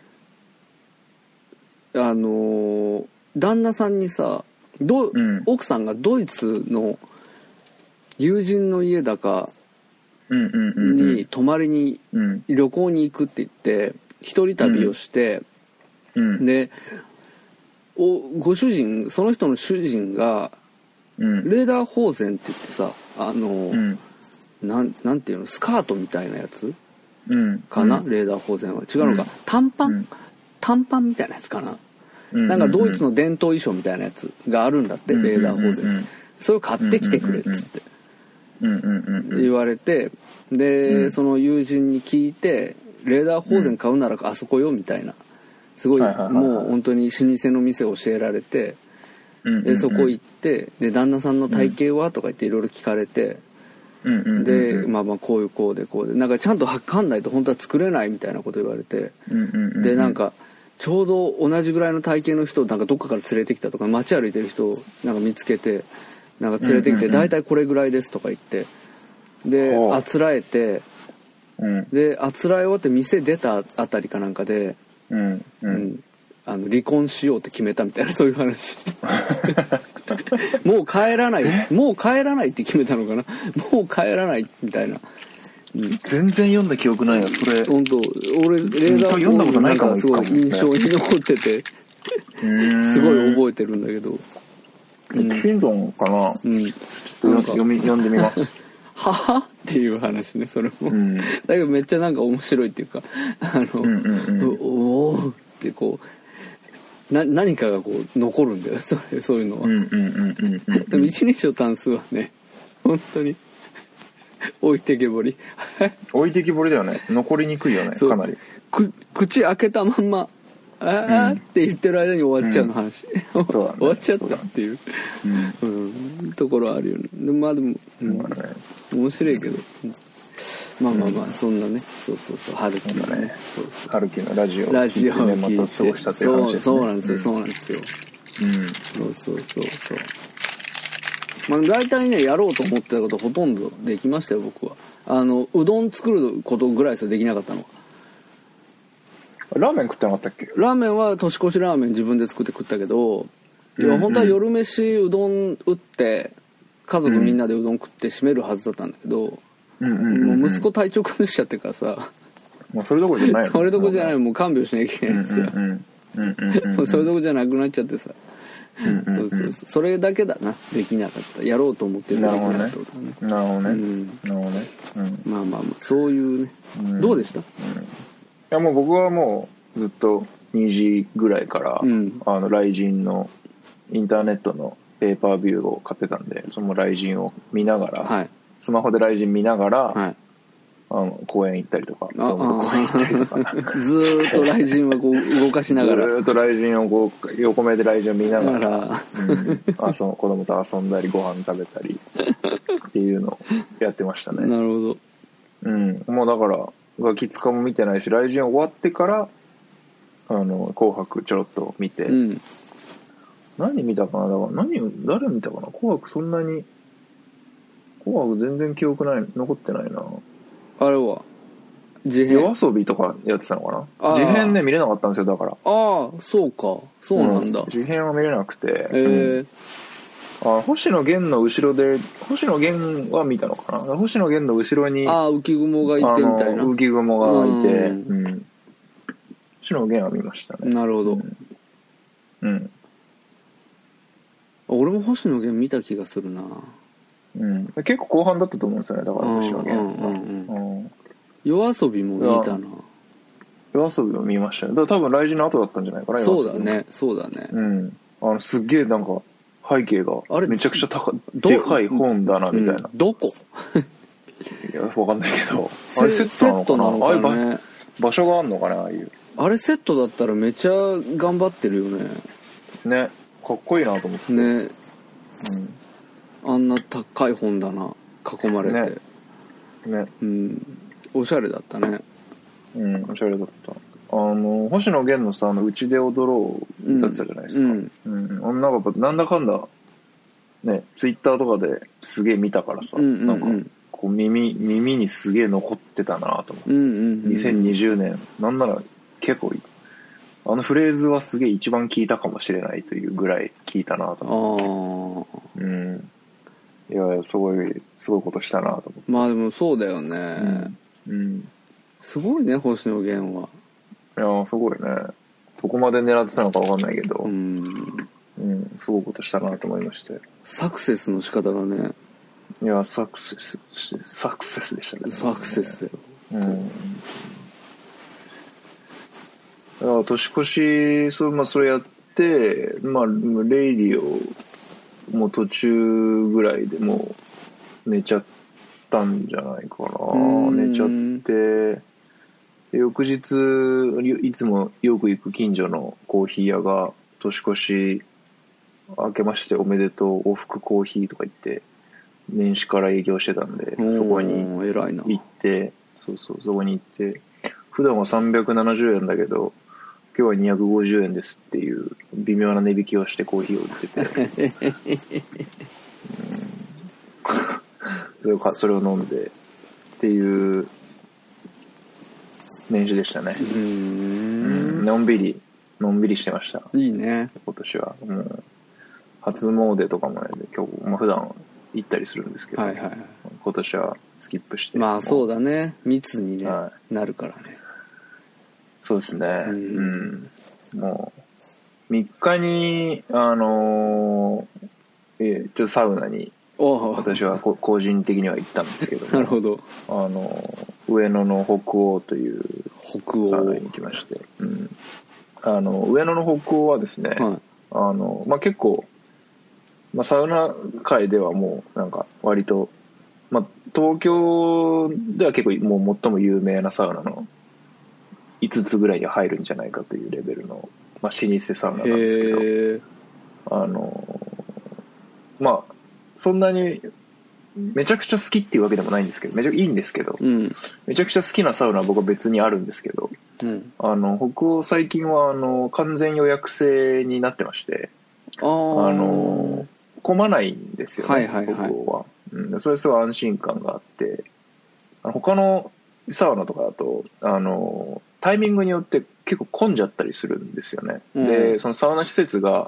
旦那さんにさ奥さんがドイツの友人の家だかに泊まりに旅行に行くって言って一人旅をして、でご主人その人の主人がレーダーホーゼンって言ってさなんていうのスカートみたいなやつかな、レーダーホーゼンは違うのか、短パンみたいなやつかな、なんかドイツの伝統衣装みたいなやつがあるんだって、レーダーホーゼン、それを買ってきてくれっつって言われて、でその友人に聞いてレーダーホーゼン買うならあそこよみたいな、すごいもう本当に老舗の店を教えられて、でそこ行ってで旦那さんの体型はとか言っていろいろ聞かれて、でまあこういうこうでなんかちゃんと測んないと本当は作れないみたいなこと言われて、でなんかちょうど同じぐらいの体型の人をなんかどっかから連れてきたとか、街歩いてる人をなんか見つけてなんか連れてきて大体これぐらいですとか言って、であつらえて、であつらえ終わって店出たあたりかなんかで、離婚しようって決めたみたいなそういう話もう帰らないって決めたのかな。もう帰らないみたいな。 全然読んだ記憶ないよそれ。 本当俺レーザー読んだことないかも。 すごい印象に残っててすごい覚えてるんだけど。 キンドンかな。読んでみます。 ははっていう話ねそれも。だけどめっちゃなんか面白いっていうかおおってこう何かがこう残るんだよそういうのは。でも一日の単数はね本当に置いてけぼり置いてけぼりだよね。残りにくいよねかなり。 口開けたまんまあーって言ってる間に終わっちゃうの話、終わっちゃったっていう、ところあるよね。でまあでも、面白いけど、まあそんなね、そう春樹のね、 春樹のラジオを年末を過ごしたという話ですね。 そうなんですよ。そう。まあ大体ねやろうと思ってたことほとんどできましたよ僕は。うどん作ることぐらいしかできなかったの。 ラーメン食ってなかったっけ？ ラーメンは年越しラーメン自分で作って食ったけど、本当は夜飯うどん打って家族みんなでうどん食って締めるはずだったんだけど、もう息子体調崩しちゃってからさ、 もうそれどころじゃないそれどころじゃない、もう看病しなきゃいけないしさ、もうそれどころじゃなくなっちゃってさ、そうそれだけだな、できなかった。やろうと思ってるだけだったことだね。 なるほどね。 まあそういうね。どうでした？ いやもう僕はもうずっと2時ぐらいから、雷神のインターネットのペーパービューを買ってたんで、その雷神を見ながら、スマホで雷神見ながら、公園行ったりとか、ずーっと雷神はこう動かしながら、 ずーっと雷神をこう横目で雷神を見ながら、子供と遊んだりご飯食べたりっていうのをやってましたね。 なるほど。 もうだからガキ使も見てないし、雷神終わってから紅白ちょろっと見て、何見たかな。だから誰見たかな。紅白そんなに、紅白全然記憶ない、残ってないな。 あれは事変、 夜遊びとかやってたのかな。事変ね見れなかったんですよ。だからそうか、そうなんだ。 事変は見れなくて、星野源の後ろで、星野源は見たのかな。星野源の後ろに浮雲がいてみたいな。 浮雲がいて、星野源は見ましたね。 なるほど。俺も星野源見た気がするな。 結構後半だったと思うんですよね。だから星野源。 夜遊びも見たな。 夜遊びも見ましたね。だから多分来時の後だったんじゃないかな。 そうだね。 すっげえなんか背景がめちゃくちゃでかい本棚みたいな。 どこ？ いやわかんないけど。あれセットなのかな。ああいう場所があんのかな、ああいう。 あれセットだったらめっちゃ頑張ってるよね。 ね、かっこいいなと思って。 ね。あんな高い本棚囲まれて。 ね。 おしゃれだったね。 おしゃれだった。星野源のさ、うちで踊ろう歌ってたじゃないですか。なんだかんだ、ね、ツイッターとかですげえ見たからさ、なんか、こう耳にすげえ残ってたなと思って。2020年、なんなら結構、フレーズはすげえ一番聞いたかもしれないというぐらい聞いたなと思って。いや、すごいことしたなと思って。 まあでもそうだよね。すごいね、星野源は。 いや、すごいね。どこまで狙ってたのかわかんないけど、すごいことしたなと思いまして。 サクセスの仕方がね。 いや、サクセスでしたね。 サクセスよ。 だから年越し、それやって、レイディオも途中ぐらいでもう寝ちゃったんじゃないかな。寝ちゃって、翌日、いつもよく行く近所のコーヒー屋が年越し明けましておめでとう往復コーヒーとか言って年始から営業してたんで、そこに行って、そこに行って、普段は370円だけど今日は250円ですっていう微妙な値引きをしてコーヒーを売っててそれを飲んでっていう年始でしたね。のんびりしてました。 いいね。 今年は。 初詣とかもね、今日、普段行ったりするんですけど、 はいはいはい、 今年はスキップして。 まあそうだね。密にね、はい、なるからね。 そうですね。もう、3日に、ちょっとサウナに、私は個人的には行ったんですけども、 なるほど。 上野の北欧というサウナに行きまして、上野の北欧はですね、はい、結構、サウナ界ではもうなんか割と、東京では結構もう最も有名なサウナの5つぐらいに入るんじゃないかというレベルの、老舗サウナなんですけど、そんなにめちゃくちゃ好きっていうわけでもないんですけど、めちゃいいんですけど、めちゃくちゃ好きなサウナは僕は別にあるんですけど、北欧最近は完全予約制になってまして、混まないんですよね、北欧は。それすごい安心感があって、他のサウナとかだと、タイミングによって結構混んじゃったりするんですよね。で、そのサウナ施設が、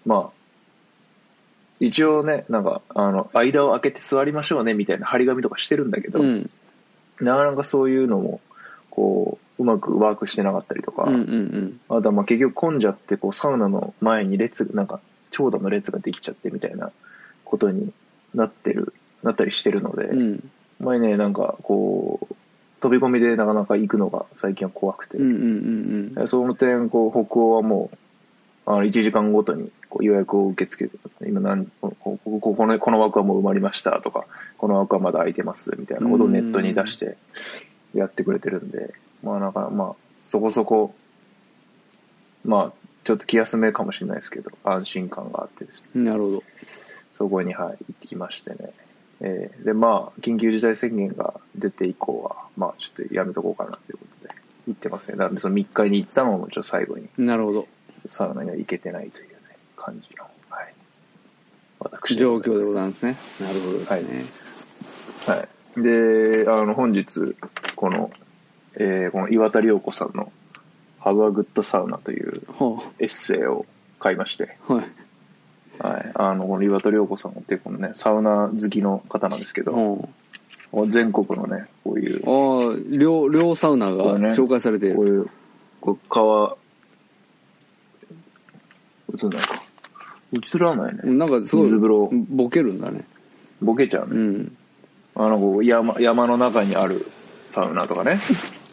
一応ね、なんか、間を空けて座りましょうねみたいな張り紙とかしてるんだけど、なかなかそういうのも、こう、うまくワークしてなかったりとか、あとは結局混んじゃって、サウナの前になんか、長蛇の列ができちゃってみたいなことになったりしてるので、前ね、なんか飛び込みでなかなか行くのが最近は怖くて、その点、北欧はもう、1時間ごとに予約を受け付けて、今この枠はもう埋まりましたとか、この枠はまだ空いてますみたいなことをネットに出してやってくれてるんで、なんかそこそこ、ちょっと気休めかもしれないですけど、安心感があってですね。なるほど。 そこに、行ってきましてね。で、緊急事態宣言が出て以降は、ちょっとやめとこうかなということで、行ってますね。だからその3日に行ったのも、ちょっと最後に。 なるほど。 サウナには行けてないというね、感じの、私状況でございますね。なるほどですね。 はい。で、本日、この岩田涼子さんの、Have a Good Sauna というエッセイを買いまして、この岩田涼子さんってこのね、サウナ好きの方なんですけど、全国のね、こういう、 両サウナが紹介されている。 川、映んないか。映らないね。 なんかすごい、 水風呂。 ボケるんだね。 ボケちゃうね。山の中にあるサウナとかね。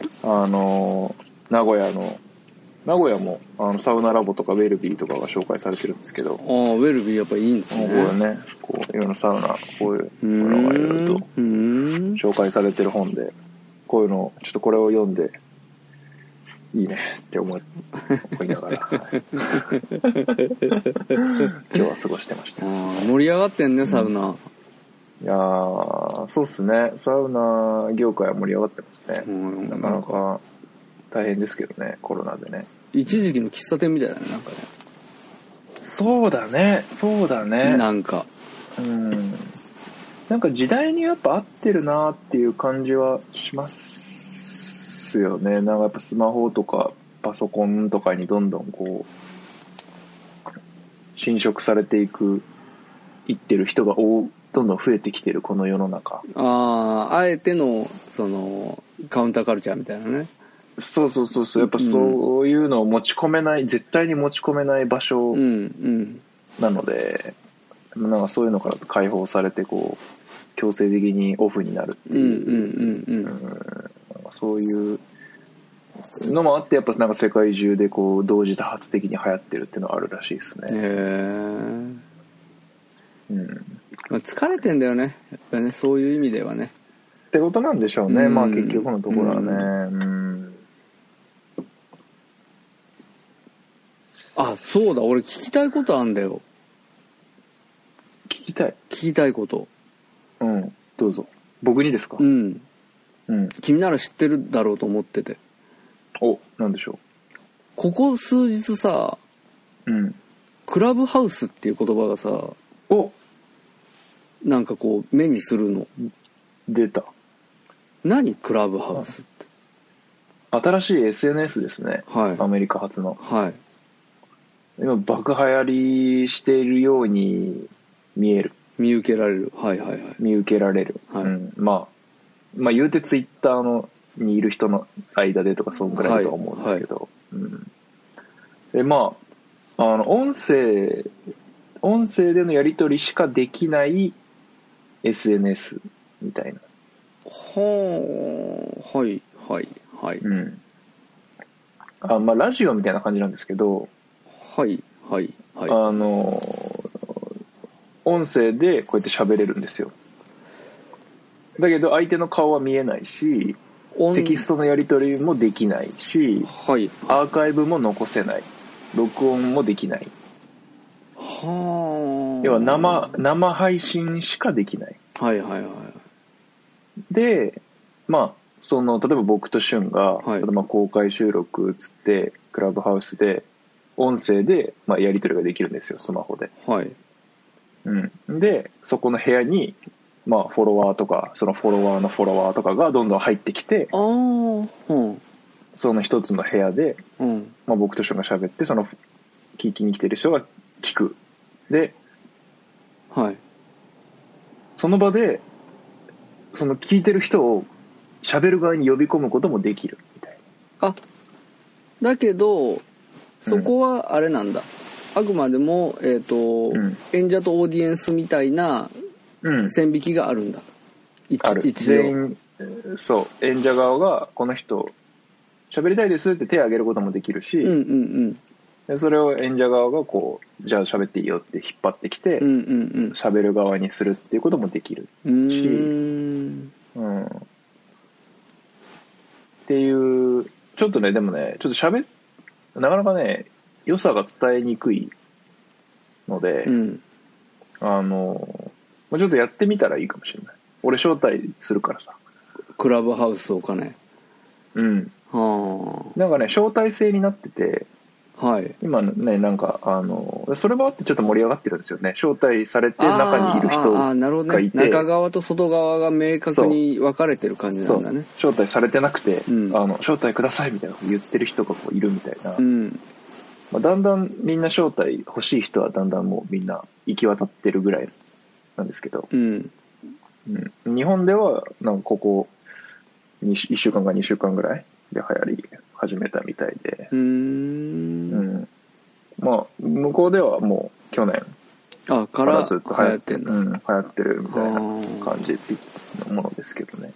名古屋もサウナラボとかウェルビーとかが紹介されてるんですけど、 ウェルビーやっぱいいんですね。 これね、いろんなサウナ、こういうのがいろいろと紹介されてる本で、こういうの、ちょっとこれを読んで、いいねって思いながら、今日は過ごしてました。 盛り上がってんね、サウナ。 いやー、そうっすね。サウナ業界は盛り上がってますね。なかなか大変ですけどね、コロナでね。 一時期の喫茶店みたいだね、なんかね。 そうだね。 なんか。 なんか時代にやっぱ合ってるなっていう感じはしますよね。なんかやっぱスマホとかパソコンとかにどんどん侵食されていってる人がどんどん増えてきてるこの世の中。 あえてのカウンターカルチャーみたいなね。 そう。やっぱそういうのを持ち込めない、絶対に持ち込めない場所なので、なんかそういうのから解放されて強制的にオフになるっていう、そういうのもあって、やっぱなんか世界中で同時多発的に流行ってるっていうのはあるらしいですね。 疲れてんだよね、やっぱね、そういう意味ではね。 ってことなんでしょうね。結局のところはね。 あ、そうだ、俺聞きたいことあんだよ。 聞きたいこと。 どうぞ。僕にですか？ 君なら知ってるだろうと思ってて。 なんでしょう。 ここ数日さ、クラブハウスっていう言葉がさ、なんか目にするの。 出た。 何クラブハウスって。 新しい SNS ですね。アメリカ発の。 今爆流行りしているように見える。 見受けられる。はいはいはい。 見受けられる。 はい。 まあ言うてツイッターにいる人の間でとかそんぐらいだと思うんですけど。で、まあ、音声でのやり取りしかできない SNS みたいな。 はいはいはい。 まあラジオみたいな感じなんですけど。 はいはいはい。 音声でこうやって喋れるんですよ。だけど相手の顔は見えないし、テキストのやり取りもできないし、 はい、 アーカイブも残せない。録音もできない。要は生配信しかできない。 はいはいはい。 で、まあ、例えば僕と俊が、例えば公開収録つって、クラブハウスで、音声で、まあ、やり取りができるんですよ、スマホで。 はい。 で、そこの部屋に、まあ、フォロワーとか、そのフォロワーのフォロワーとかがどんどん入ってきて、その一つの部屋で、まあ、僕と俊が喋って、その、聞きに来てる人が聞く。で、 はい。 その場で、その聞いてる人を喋る側に呼び込むこともできるみたいな。だけど、そこはあれなんだ。あくまでも、演者とオーディエンスみたいな線引きがあるんだ。 ある。全員、そう、演者側がこの人喋りたいですって手を挙げることもできるし、でそれを演者側がこう、じゃあ喋っていいよって引っ張ってきて、喋る側にするっていうこともできるし、っていう、ちょっとね、でもね、ちょっとなかなかね、良さが伝えにくいので、ちょっとやってみたらいいかもしれない。俺招待するからさ。 クラブハウスをかね。 なんかね、招待制になってて、 はい。 今ね、なんか、それもあってちょっと盛り上がってるんですよね。招待されて中にいる人がいて。 中側と外側が明確に分かれてる感じなんだね。 招待されてなくて、招待くださいみたいなこと言ってる人がこういるみたいな。まあ、だんだんみんな招待欲しい人はだんだんもうみんな行き渡ってるぐらいなんですけど。日本では、なんかここ1週間か2週間ぐらいで流行り始めたみたいで。まあ、向こうではもう去年からずっと流行ってんだ。 流行ってるみたいな感じのものですけどね。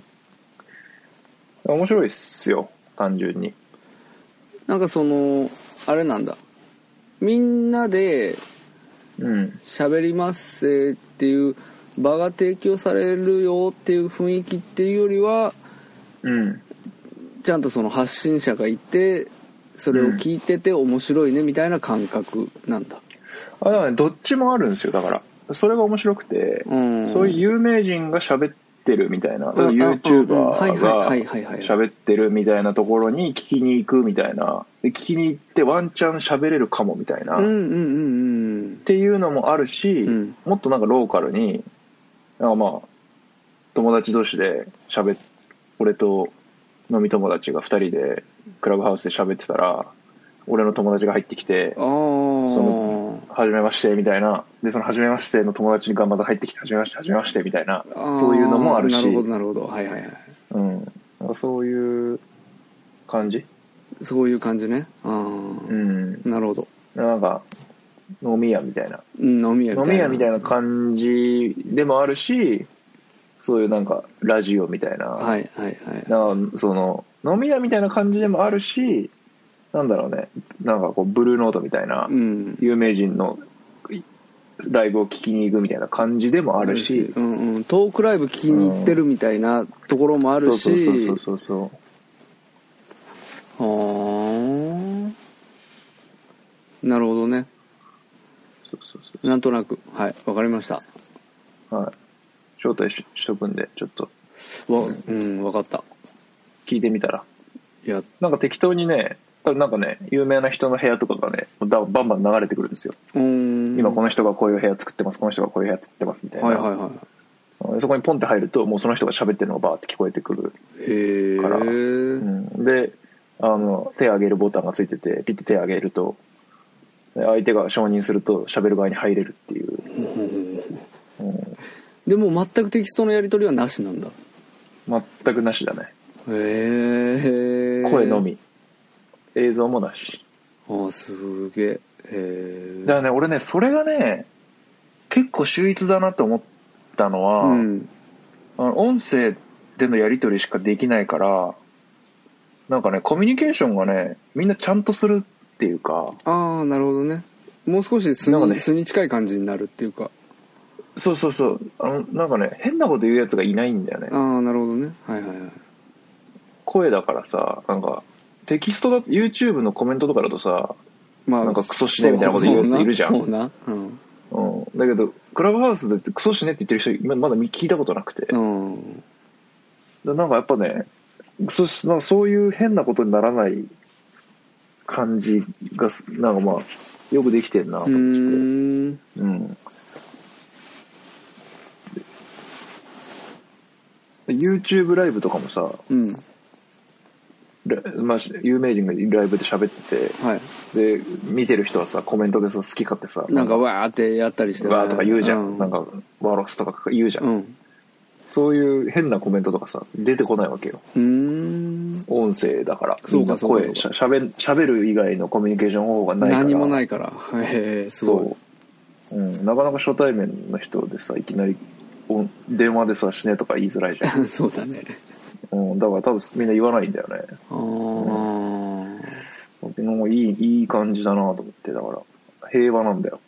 面白いっすよ、単純に。 なんかあれなんだ。みんなで喋りますっていう場が提供されるよっていう雰囲気っていうよりは、ちゃんとその発信者がいて、それを聞いてて面白いねみたいな感覚なんだ。 だからね、どっちもあるんですよ。だからそれが面白くて、そういう有名人が喋ってるみたいな、YouTuber が喋ってるみたいなところに聞きに行くみたいな、で聞きに行ってワンチャン喋れるかもみたいな、っていうのもあるし、もっとなんかローカルに、なんかまあ友達同士で俺と飲み友達が2人でクラブハウスで喋ってたら、俺の友達が入ってきて、初めましてみたいな、でその初めましての友達にまた入ってきて、初めましてみたいな、そういうのもあるし。 なるほど、はいはいはい。 なんかそういう感じ。 そういう感じね。なるほど。 なんか飲み屋みたいな、 飲み屋みたいな感じでもあるし、そういうなんかラジオみたいな、飲み屋みたいな感じでもあるし、なんだろうね、なんかこうブルーノートみたいな、有名人のライブを聴きに行くみたいな感じでもあるし、 トークライブ聴きに行ってるみたいなところもあるし、なるほどね。なんとなく、はい、わかりました。 はい。招待 しとくんで、ちょっと。 わかった。 聞いてみたら。なんか適当にね、なんかね、有名な人の部屋とかがね、バンバン流れてくるんですよ。今この人がこういう部屋作ってます、この人がこういう部屋作ってますみたいな。そこにポンって入ると、もうその人が喋ってるのがバーって聞こえてくるから。で、手挙げるボタンがついてて、ピッて手挙げると、 相手が承認すると喋る側に入れるっていう、 でも全くテキストのやり取りはなしなんだ。 全くなしだね。 へえ。 声のみ、映像もなし。 ああ、すげえ。 だからね、俺ね、それがね結構秀逸だなと思ったのは、音声でのやり取りしかできないから、なんかね、コミュニケーションがね、みんなちゃんとするっていうか。 ああ、なるほどね。もう少し素に近い感じになるっていうか。 そうそうそう。なんかね、変なこと言うやつがいないんだよね。 ああ、なるほどね。はいはいはい。 声だからさ、なんか、テキストだ、YouTube のコメントとかだとさ、まあ、なんかクソしねみたいなこと言うやついるじゃん。 そうな。 だけど、クラブハウスでクソしねって言ってる人、まだ聞いたことなくて。なんかやっぱね、なんかそういう変なことにならない感じが、なんかまあ、よくできてんなと思って。YouTube ライブとかもさ、まあ、有名人がライブで喋ってて、で見てる人はさコメントでさ好き勝手さなんかわーってやったりして、 わーとか言うじゃん、なんかワロスとか言うじゃん、そういう変なコメントとかさ出てこないわけよ。音声だから、そうか声喋る以外のコミュニケーション方法がないから、 何もないから、すごい。なかなか初対面の人でさいきなり電話でさ死ねとか言いづらいじゃん。 そうだね。 だから多分みんな言わないんだよね。いい感じだなと思って、だから平和なんだよ。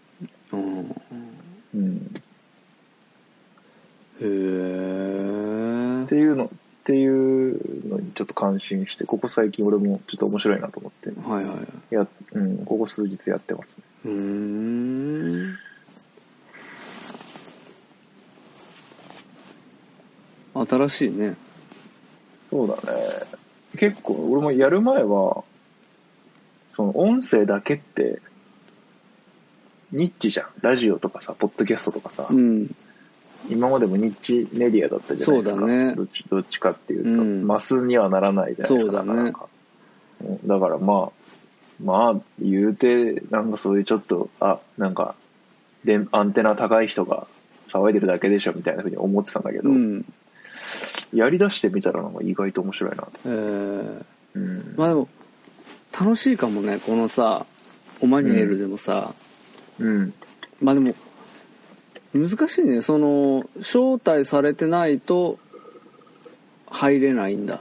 へえ。 っていうのにちょっと感心して、ここ最近俺もちょっと面白いなと思って、ここ数日やってますね。 新しいね。 そうだね。結構俺もやる前はその音声だけってニッチじゃん。ラジオとかさポッドキャストとかさ、今までもニッチメディアだったじゃないですか。そうだね。どっちかっていうと、マスにはならないじゃないですか。そうだね。だからまあ言うてなんかそういうちょっとなんかアンテナ高い人が騒いでるだけでしょみたいな風に思ってたんだけど、やりだしてみたらなんか意外と面白いなと。 まあでも楽しいかもね、このさオマニエルでもさ、まあでも難しいね、その招待されてないと入れないんだ。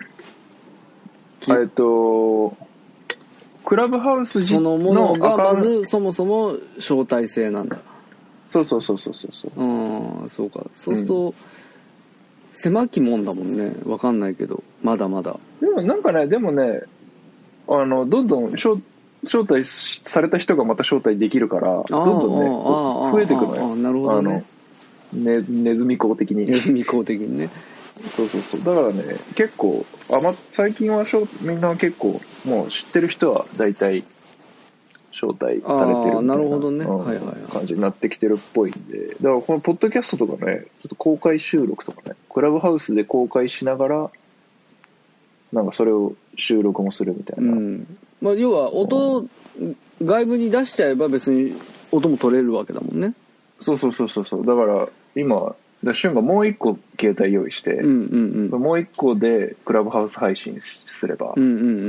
クラブハウスそのものがまずそもそも招待制なんだ。 そうそうか。そうすると、狭きもんだもんね。わかんないけど、まだまだ。 でもなんかね、どんどん招待された人がまた招待できるから、どんどんね増えてくのよ。 なるほどね。 ネズミ講的に。 ネズミ講的にね。 そう。だからね、結構最近はみんな結構もう知ってる人は大体招待されてるみたいな感じになってきてるっぽいんで、だからこのポッドキャストとかね、ちょっと公開収録とかね、クラブハウスで公開しながらなんかそれを収録もするみたいな。 まあ要は音外部に出しちゃえば別に音も取れるわけだもんね。そう。 だから今旬がもう一個携帯用意して、もう一個でクラブハウス配信すれば、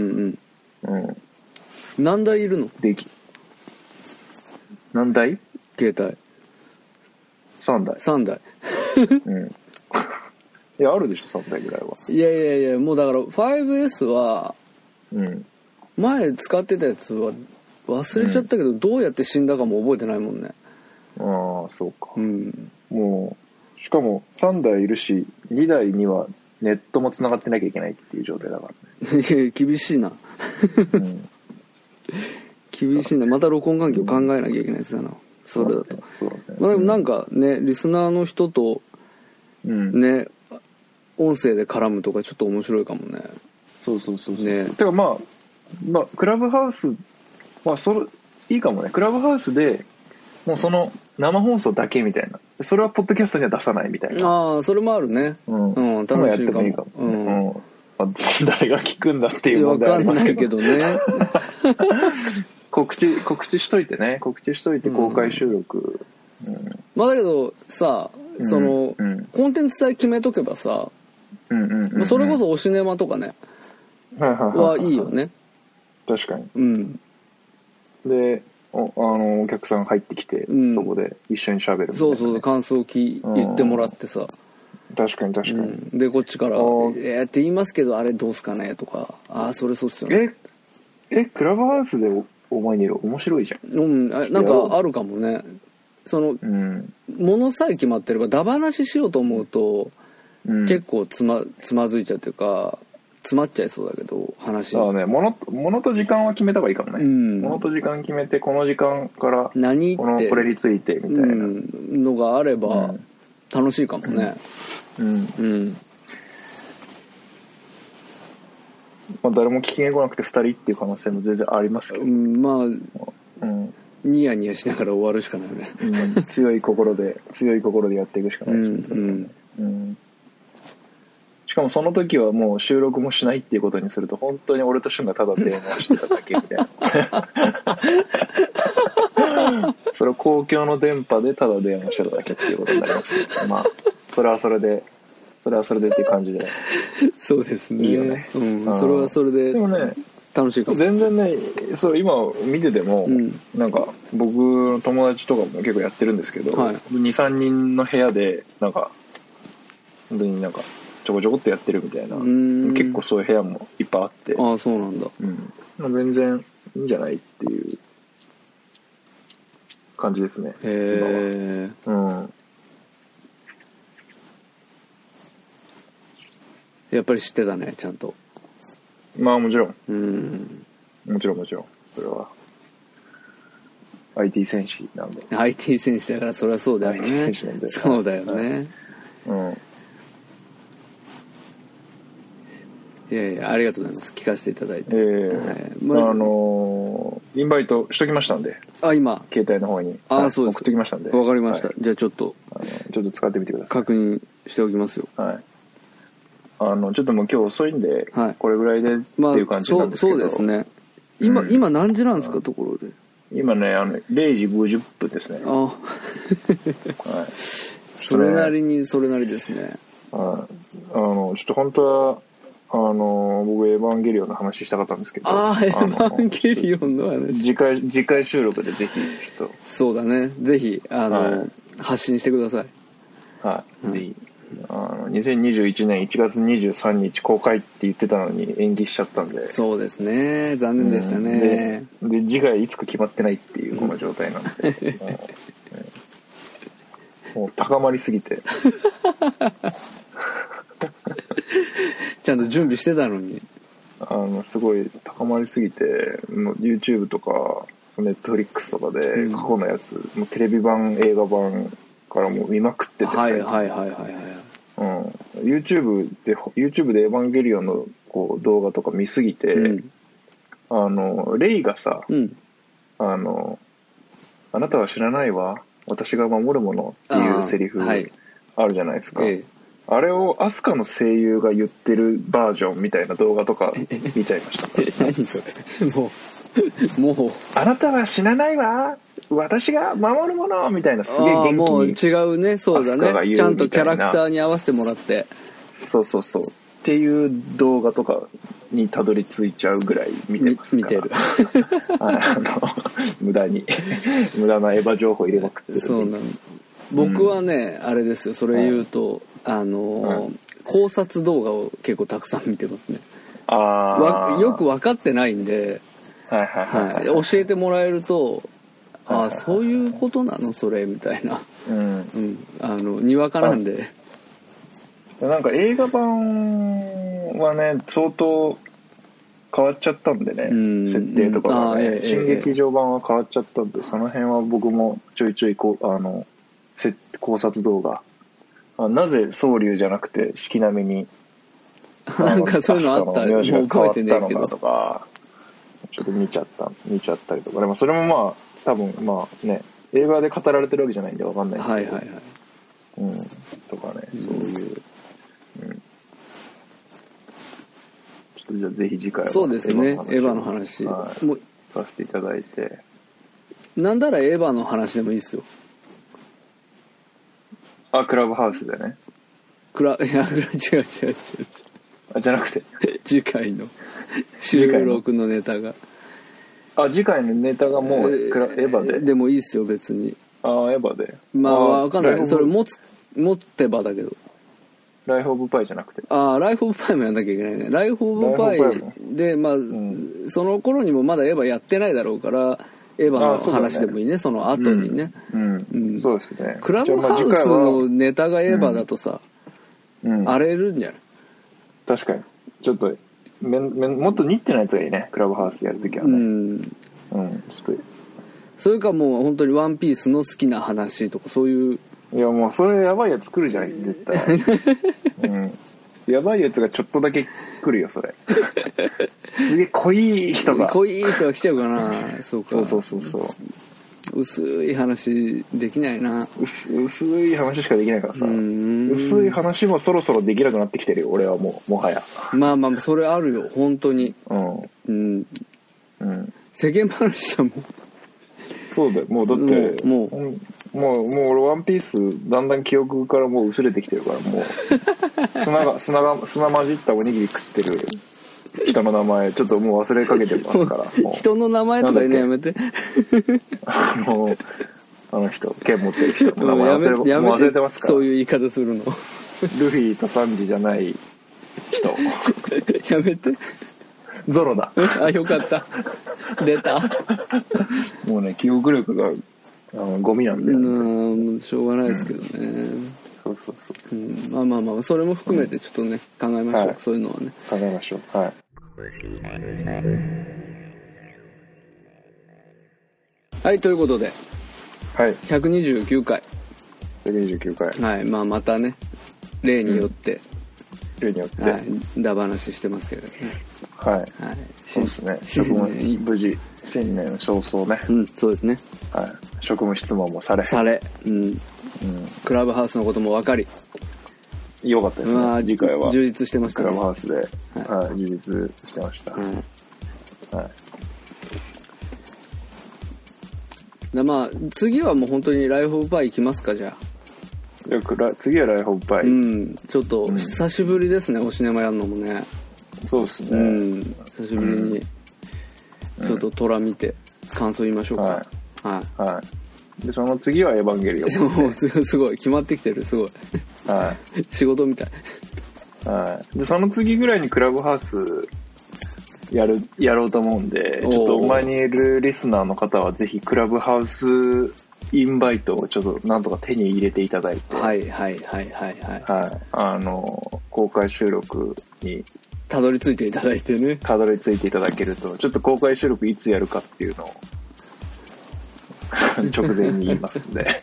何台いるの？ 何台？ 携帯3台いやあるでしょ3台ぐらいは。 いやもうだから 5S は、前使ってたやつは忘れちゃったけど、どうやって死んだかも覚えてないもんね。 そうか。もうしかも3台いるし2台にはネットも繋がってなきゃいけないっていう状態だからね。 厳しいな。厳しいな。また録音環境考えなきゃいけないやつだな。それだと。まあでもなんかね、リスナーの人とね、音声で絡むとかちょっと面白いかもね。 そう。ね。てかまあクラブハウスいいかもね。クラブハウスでもうその生放送だけみたいな。それはポッドキャストには出さないみたいな。 それもあるね。楽しいかも。 誰が聞くんだっていう問題ありますけど。 わかんないけどね。 告知しといてね。告知しといて公開収録。 まあだけどさ、その、コンテンツさえ決めとけばさ、それこそおシネマとかね、はいいよね。 確かに。で、お客さん入ってきて、そこで一緒に喋るみたいな、ね。そうそう、 感想言ってもらってさ。 確かに。 で、こっちから、って言いますけど、あれどうすかねとか、それそうっすよね。 クラブハウスでお前にいる面白いじゃん。 なんかあるかもね。その、ものさえ決まってれば、ダバなししようと思うと、結構つまずいちゃうというか、詰まっちゃいそうだけど、話。 そうね、ものと時間は決めた方がいいかもね。ものと時間決めて、この時間からこれについてみたいなのがあれば楽しいかもね。 まあ誰も聞きに来なくて2人っていう可能性も全然ありますけど。 まあニヤニヤしながら終わるしかないよね。 強い心でやっていくしかないですね。しかもその時はもう収録もしないっていうことにすると本当に俺と俊がただ電話してただけみたいな。それを公共の電波でただ電話してただけっていうことになりますけど、まあそれはそれでっていう感じで。 そうですね。 いいよね。 それはそれで。でもね、楽しいかも。 全然ね、そう今見てても、なんか僕の友達とかも結構やってるんですけど、2、3人の部屋でなんか本当になんかちょこちょこっとやってるみたいな、結構そういう部屋もいっぱいあって、 そうなんだ。 全然いいんじゃないっていう感じですね。 やっぱり知ってたね、ちゃんと。 まあもちろん。もちろん。それは。IT 戦士なんで。 IT 戦士だからそれはそうだよね。 IT 戦士なんで。 そうだよね。いやありがとうございます。聞かせていただいて。 インバイトしときましたんで。 今。 携帯の方に。 そうです。 送っときましたんで。 わかりました。じゃあちょっと使ってみてください。 確認しておきますよ。 ちょっともう今日遅いんで、これぐらいでっていう感じなんですけど。 そうですね。今何時なんですか、ところで。 今ね、0時50分ですね。 それなりですね。 ちょっと本当は、僕エヴァンゲリオンの話したかったんですけど。 エヴァンゲリオンの話。 次回収録でぜひ、ちょっと。 そうだね。ぜひ、発信してください。ぜひ。2021年1月23日公開って言ってたのに延期しちゃったんで。 そうですね。残念でしたね。 で次回いつか決まってないっていうこの状態なんで。もう高まりすぎて。 ちゃんと準備してたのに。 すごい高まりすぎて、もう YouTube とか、Netflix とかで過去のやつ、もうテレビ版、映画版からもう見まくってて、YouTube でエヴァンゲリオンのこう動画とか見すぎて、レイがさ、あなたは知らないわ、私が守るものっていうセリフあるじゃないですか。あれをアスカの声優が言ってるバージョンみたいな動画とか見ちゃいました。 何それ。もうあなたは死なないわ、私が守るものみたいな、すげえ元気に。 もう違うね。そうだね。ちゃんとキャラクターに合わせてもらって。 そうっていう動画とかにたどり着いちゃうぐらい見てますから。見てる。無駄なエヴァ情報入れまくってる。 そうなんだ。僕はね、あれですよ。それ言うと、考察動画を結構たくさん見てますね。よく分かってないんで、教えてもらえると、そういうことなのそれみたいな。にわかなんで。 なんか映画版はね、相当変わっちゃったんでね、設定とかがね、新劇場版は変わっちゃったんで、その辺は僕もちょいちょい考察動画。なぜ宗龍じゃなくて四季並みになんかそういうのあった名字が変わったのかとか、ちょっと見ちゃったりとか。でもそれもまあ多分まあね、映画で語られてるわけじゃないんでわかんないですけど、とかね、そういう、ちょっとじゃあぜひ次回はそうですね、エヴァの話、もうさせていただいて。 なんだらエヴァの話でもいいっすよ。 あ、クラブハウスでね。 いや、違う。 あ、じゃなくて。 次回の収録のネタが。 あ、次回のネタがもうエヴァで。 でもいいっすよ、別に。 あ、エヴァで。 まあ、わかんない。それ持ってばだけど。 ライフオブパイじゃなくて。 ああ、ライフオブパイもやんなきゃいけないね。ライフオブパイで、まあ、その頃にもまだエヴァやってないだろうから、エヴァの話でもいいね、その後にね。 そうですね。 クラブハウスのネタがエヴァだとさ、荒れるんじゃない？ 確かに。ちょっと、もっとニッチなやつがいいね、クラブハウスやるときはね。ちょっと。 それかもう本当にワンピースの好きな話とかそういう。 いやもうそれやばいやつ来るじゃん、絶対。やばいやつがちょっとだけ来るよ、それ。すげえ濃い人が来ちゃうかな。そうか。 そう。 薄い話できないな。 薄い話しかできないからさ。薄い話もそろそろできなくなってきてるよ、俺はもはや。 まあ、それあるよ、本当に。世間話だもん。 そうだよ、もうだってもう俺ワンピースだんだん記憶からもう薄れてきてるから、もう砂混じったおにぎり食ってる人の名前ちょっともう忘れかけてますから。 人の名前とか言うのやめて。 あの人剣持ってる人の名前忘れてますから。 そういう言い方するの。 ルフィとサンジじゃない人。 やめて。 ゾロだ。 あ、よかった。出た。 もうね、記憶力がゴミなんで。 しょうがないですけどね。 そう。 まあ、それも含めてちょっとね、考えましょう。そういうのはね。 考えましょう。はい。 はい、ということで。 はい。 129回。 129回。 はい、まあまたね、例によって。 はい、 だ話してますけどね。 はい。そうですね。無事、新年早々ね。 そうですね。 はい。職務質問もされ。 クラブハウスのことも分かり。 よかったですね。次回は。 充実してましたね。 クラブハウスで、充実してました。はい。 まあ、次はもう本当にライフオブパイ行きますか、じゃあ。 次はライフオブパイ。 ちょっと久しぶりですね、おシネマやるのもね。 そうですね。 久しぶりにちょっと虎見て感想言いましょうか。 はい。でその次はエヴァンゲリオン。 すごい決まってきてる、すごい。 はい。 仕事みたい。 はい。でその次ぐらいにクラブハウスやろうと思うんで、ちょっとお前にいるリスナーの方はぜひクラブハウスインバイトをちょっとなんとか手に入れていただいて。 はい。 公開収録にたどり着いていただいてね。 たどり着いていただけると、ちょっと公開収録いつやるかっていうのを直前に言いますんで。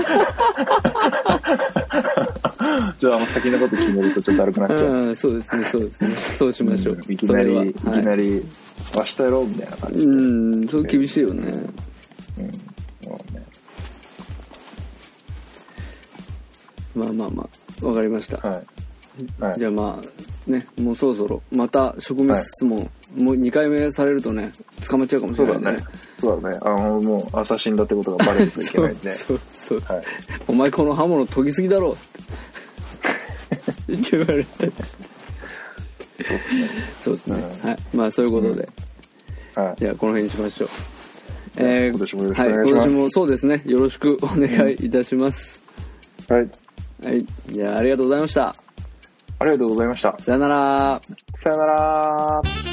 ちょっと先のこと決めるとちょっとだるくなっちゃう。 そうですね。そうしましょう。 いきなり明日やろうみたいな感じで。 そう厳しいよね。まあ、わかりました。じゃあまあ、ね、もうそろそろ、また職務質問、もう2回目されるとね、捕まっちゃうかもしれないんでね。 そうだね。もう朝死んだってことがバレるといけないんで。そう。 お前この刃物研ぎすぎだろって言われたりして。そうですね。はい。まあそういうことで。じゃあこの辺にしましょう。 今年もよろしくお願いします。はい、今年もそうですね。よろしくお願いいたします。 はい。 じゃあありがとうございました。 ありがとうございました。 さよなら。 さよなら。